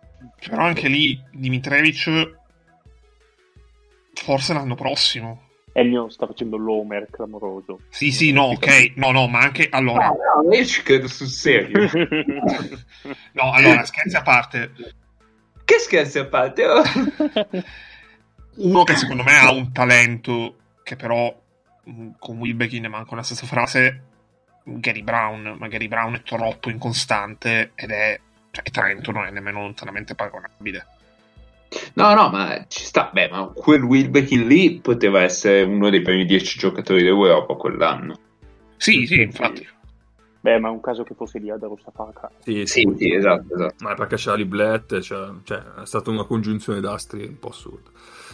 E: però anche lì Dimitrijevic forse l'anno prossimo.
D: Ennio sta facendo l'Homer clamoroso.
E: Sì, no, ok. No, ma anche... Allora...
B: No, io ci credo sul serio.
E: No, allora, scherzi a parte.
B: Che scherzi a parte?
E: Uno che secondo me ha un talento, che però con Wilbekin ne manca una stessa frase, Gary Brown. Ma Gary Brown è troppo incostante ed è... Cioè, Trento non è nemmeno lontanamente paragonabile.
B: No, ma ci sta. Beh, ma quel Wilbekin lì poteva essere uno dei primi 10 giocatori d'Europa quell'anno.
E: Sì, infatti.
D: Beh, ma è un caso che fosse lì ad Rostafaka.
B: Sì, esatto.
A: Ma è perché c'era Liblette, cioè, è stata una congiunzione d'astri un po' assurda.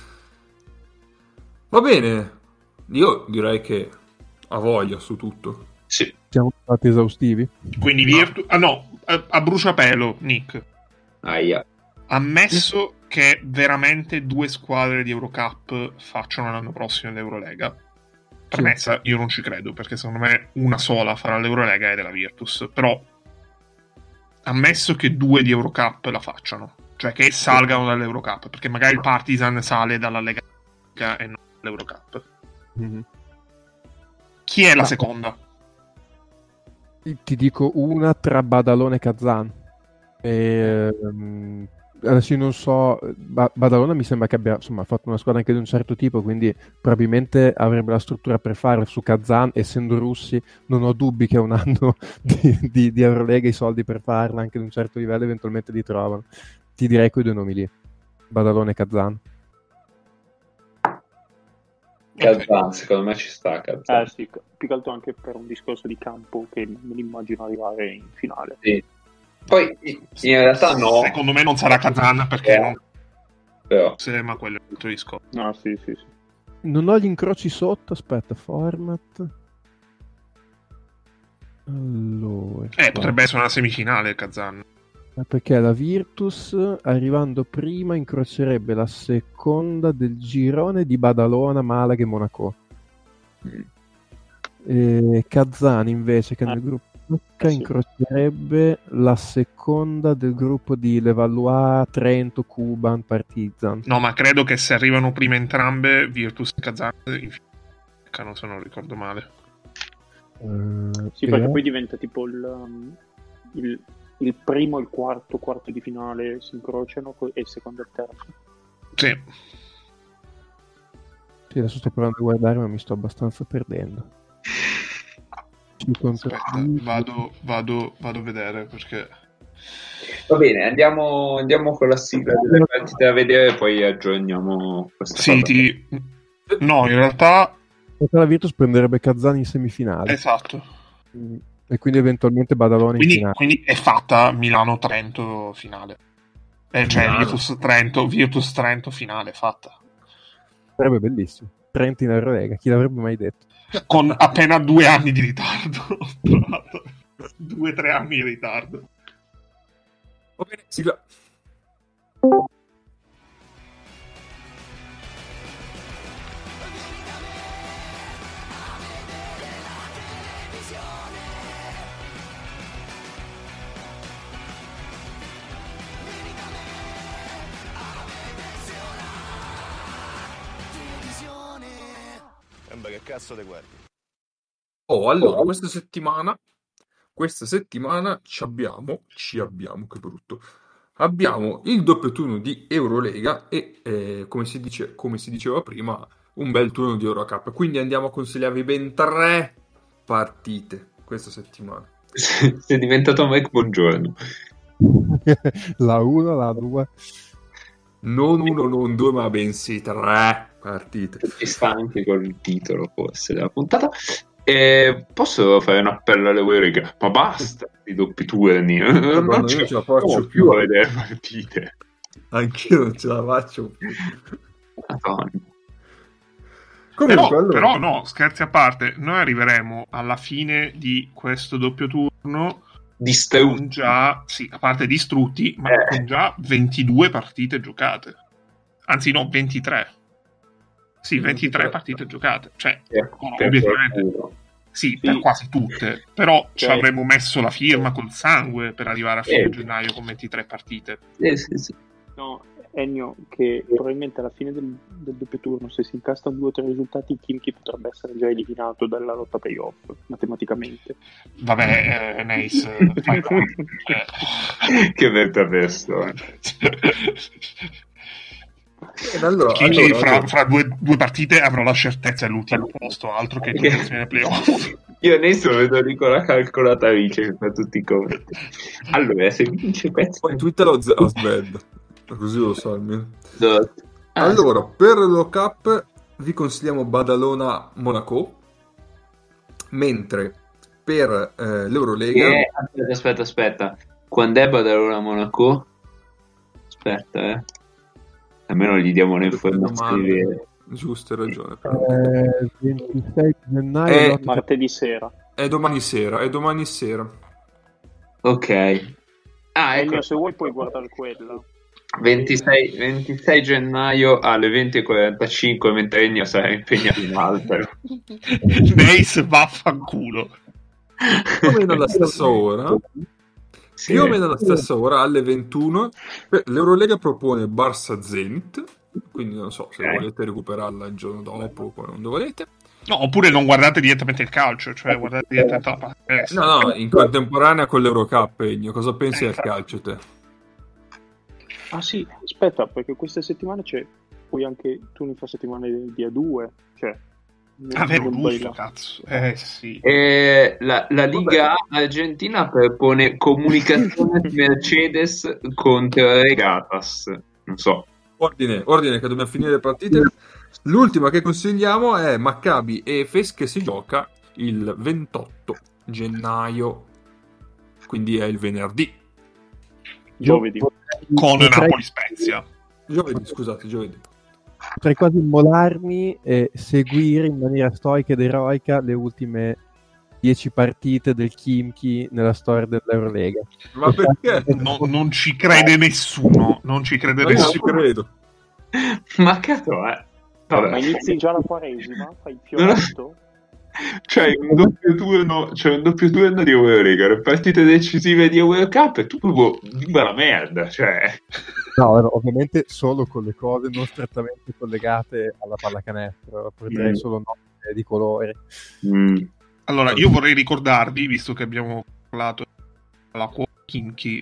A: Va bene, io direi che ha voglia su tutto.
B: Sì.
C: Siamo stati esaustivi?
E: Quindi a bruciapelo, Nick.
B: Aia.
E: Ammesso che veramente 2 squadre di Eurocup facciano l'anno prossimo l'Eurolega. Premessa, io non ci credo, perché secondo me una sola farà l'Eurolega ed è la Virtus. Però, ammesso che 2 di Eurocup la facciano, cioè che salgano dall'Eurocup, perché magari il Partizan sale dalla Lega e non dall'Eurocup.
C: Mm-hmm.
E: Chi è la seconda?
C: Ti dico una tra Badalona e Kazan. Adesso io non so, Badalona mi sembra che abbia fatto una squadra anche di un certo tipo, quindi probabilmente avrebbe la struttura per farlo. Su Kazan, essendo russi, non ho dubbi che un anno di Eurolega i soldi per farla anche di un certo livello eventualmente li trovano. Ti direi quei 2 nomi lì, Badalona e Kazan.
B: Kazan, secondo me ci sta Kazan.
D: Sì, più che altro anche per un discorso di campo che me li immagino arrivare in finale.
B: Sì. Poi in realtà no.
E: Secondo me non sarà Kazan perché non...
B: Però.
E: Ma quello è un altro discorso.
D: No, sì.
C: Non ho gli incroci sotto, aspetta, format. Allora.
E: Potrebbe essere una semifinale Kazan.
C: Perché la Virtus, arrivando prima, incrocerebbe la seconda del girone di Badalona, Malaga e Monaco. E Kazan invece, che nel gruppo incrocerebbe la seconda del gruppo di Levallois, Trento, Kuban, Partizan.
E: No, ma credo che se arrivano prima entrambe, Virtus e Kazan non se non ricordo male.
D: Sì, perché poi diventa tipo il primo e il quarto di finale si incrociano e il secondo e il terzo.
E: Sì,
C: adesso sto provando a guardare, ma mi sto abbastanza perdendo.
E: Aspetta, vado a vedere perché...
B: Va bene, andiamo con la sigla delle partite da vedere e poi aggiorniamo questa cosa.
E: No, in realtà
C: la Virtus prenderebbe Kazan in semifinale.
E: Esatto.
C: E quindi eventualmente Badalona in finale.
E: Quindi è fatta Milano-Trento finale. Cioè Virtus Trento finale fatta.
C: Sarebbe bellissimo. Trento in Eurolega, chi l'avrebbe mai detto?
E: Con appena 2 anni di ritardo. 2-3 anni di ritardo.
A: Va bene, sigla.
G: Che cazzo di guardi?
A: Allora, questa settimana ci abbiamo, che brutto. Abbiamo il doppio turno di Eurolega e come si diceva prima, un bel turno di Eurocup. Quindi andiamo a consigliarvi ben 3 partite questa settimana.
B: Sei diventato Mike Buongiorno.
C: La 1, la 2.
A: Non 1, non 2, ma bensì 3 partite.
B: Ci sta anche col titolo forse della puntata. Posso fare un appello alle Eurega? Ma basta i doppi turni. Non ce la faccio più a vedere partite.
A: Anch'io non ce la faccio più.
B: Madonna.
A: Comunque,
E: però no, scherzi a parte, noi arriveremo alla fine di questo doppio turno con già, a parte distrutti, ma con già 22 partite giocate. Anzi no, 23. Sì, 23 partite giocate. Cioè, obiettivamente sì, per quasi tutte. Però ci avremmo messo la firma col sangue per arrivare a fine gennaio con 23 partite.
B: Sì.
D: No, Ennio, che probabilmente alla fine del doppio turno, se si incastano 2 o 3 risultati, Kimchi potrebbe essere già eliminato dalla lotta playoff, matematicamente.
E: Vabbè, Nace, fai
B: Che bella persona.
F: Allora,
E: Kimchi fra due partite avrò la certezza all'ultimo posto, altro che giocazione playoff.
B: Io ne lo vedo lì con la calcolatrice che fa tutti i commenti. Allora, se vince questo...
F: poi twittero a Sved, così lo so almeno.
B: Ah,
F: Allora, per l'Eurocup vi consigliamo Badalona Monaco, mentre per l'Eurolega...
B: Aspetta. Quando è Badalona Monaco? Aspetta, almeno gli diamo le informazioni vere.
A: Giusto, hai ragione.
C: 26 gennaio.
D: Martedì sera.
A: È domani sera.
B: Ok.
D: Ennio, se vuoi puoi guardare quella.
B: 26 gennaio alle 20:45, mentre Ennio sarà impegnato in albero.
E: Nace vaffanculo.
A: Più o meno alla stessa ora.
B: Sì.
A: Più o meno alla stessa ora, alle 21, l'Eurolega propone Barça Zenit, quindi non so se volete recuperarla il giorno dopo, quando volete.
E: No, oppure non guardate direttamente il calcio, cioè guardate direttamente la parte.
A: No, in contemporanea con l'Eurocup, Egno, cosa pensi del calcio te?
D: Ah sì, aspetta, perché queste settimane c'è poi anche turni infrasettimane di A2, cioè...
E: Vero, giusto, cazzo. Sì.
B: La Liga Argentina propone comunicazione Mercedes contro Regatas. Non so.
A: Ordine, che dobbiamo finire le partite. L'ultima che consigliamo è Maccabi e Efes, che si gioca il 28 gennaio, quindi è il venerdì.
D: Giovedì.
E: Con Napoli Spezia.
A: Giovedì.
C: Potrei quasi immolarmi e seguire in maniera stoica ed eroica le ultime 10 partite del Kimchi nella storia dell'Eurolega.
A: Ma perché?
E: Non ci crede nessuno. Non ci crede nessuno.
A: Credo.
B: Ma cazzo è? Vabbè.
D: Ma inizi già la Quaresima? Fai il fioretto?
B: C'è un doppio turno di Eurolega, le partite decisive di Eurocup e tu proprio viva la merda, cioè.
C: No, ovviamente solo con le cose non strettamente collegate alla pallacanestro, potrei solo note di colore.
E: Allora, io vorrei ricordarvi, visto che abbiamo parlato della Kimchi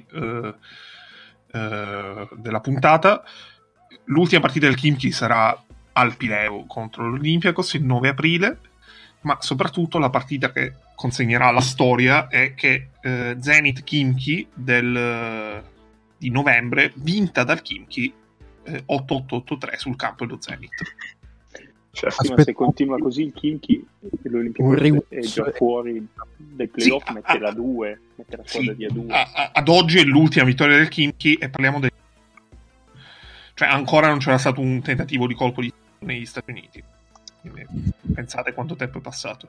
E: della puntata, l'ultima partita del Kimchi sarà al Pireo contro l'Olympiakos il 9 aprile, ma soprattutto la partita che consegnerà la storia è che Zenit Kimchi di novembre, vinta dal Kimchi 8-8-8-3 sul campo dello Zenit.
D: Sì, ma se continua così il Kimchi, l'Olympiakos è già fuori dai playoff, mette la 2, mette la squadra di A2.
E: Ad oggi è l'ultima vittoria del Kimchi e parliamo cioè ancora non c'era stato un tentativo di colpo di negli Stati Uniti. Quindi pensate quanto tempo è passato.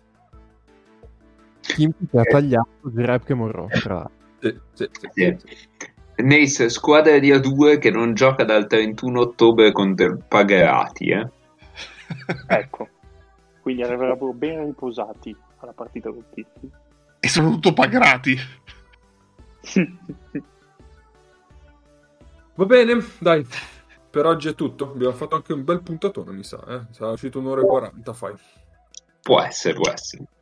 C: Kimchi che ha tagliato Zrebke Morro, tra l'altro.
B: Sì. Nace, squadra di A2 che non gioca dal 31 ottobre contro Pagherati,
D: Ecco, quindi arriverebbero ben riposati alla partita con Kimchi.
E: E soprattutto pagati.
A: Va bene, dai. Per oggi è tutto. Abbiamo fatto anche un bel puntatone, mi sa. Sarà uscito 1:40, fai.
B: Può essere.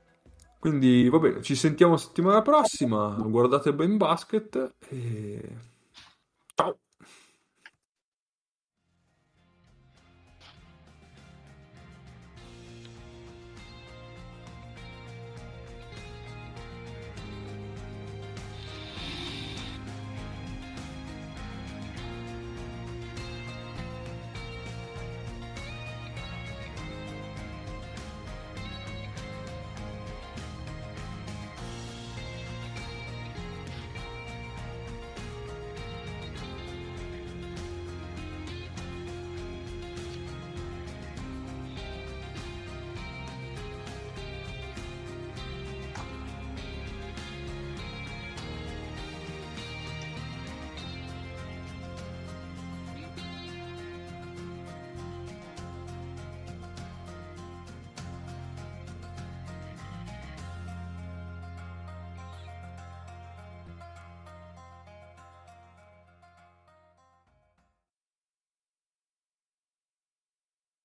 A: Quindi va bene, ci sentiamo settimana prossima. Guardate ben basket e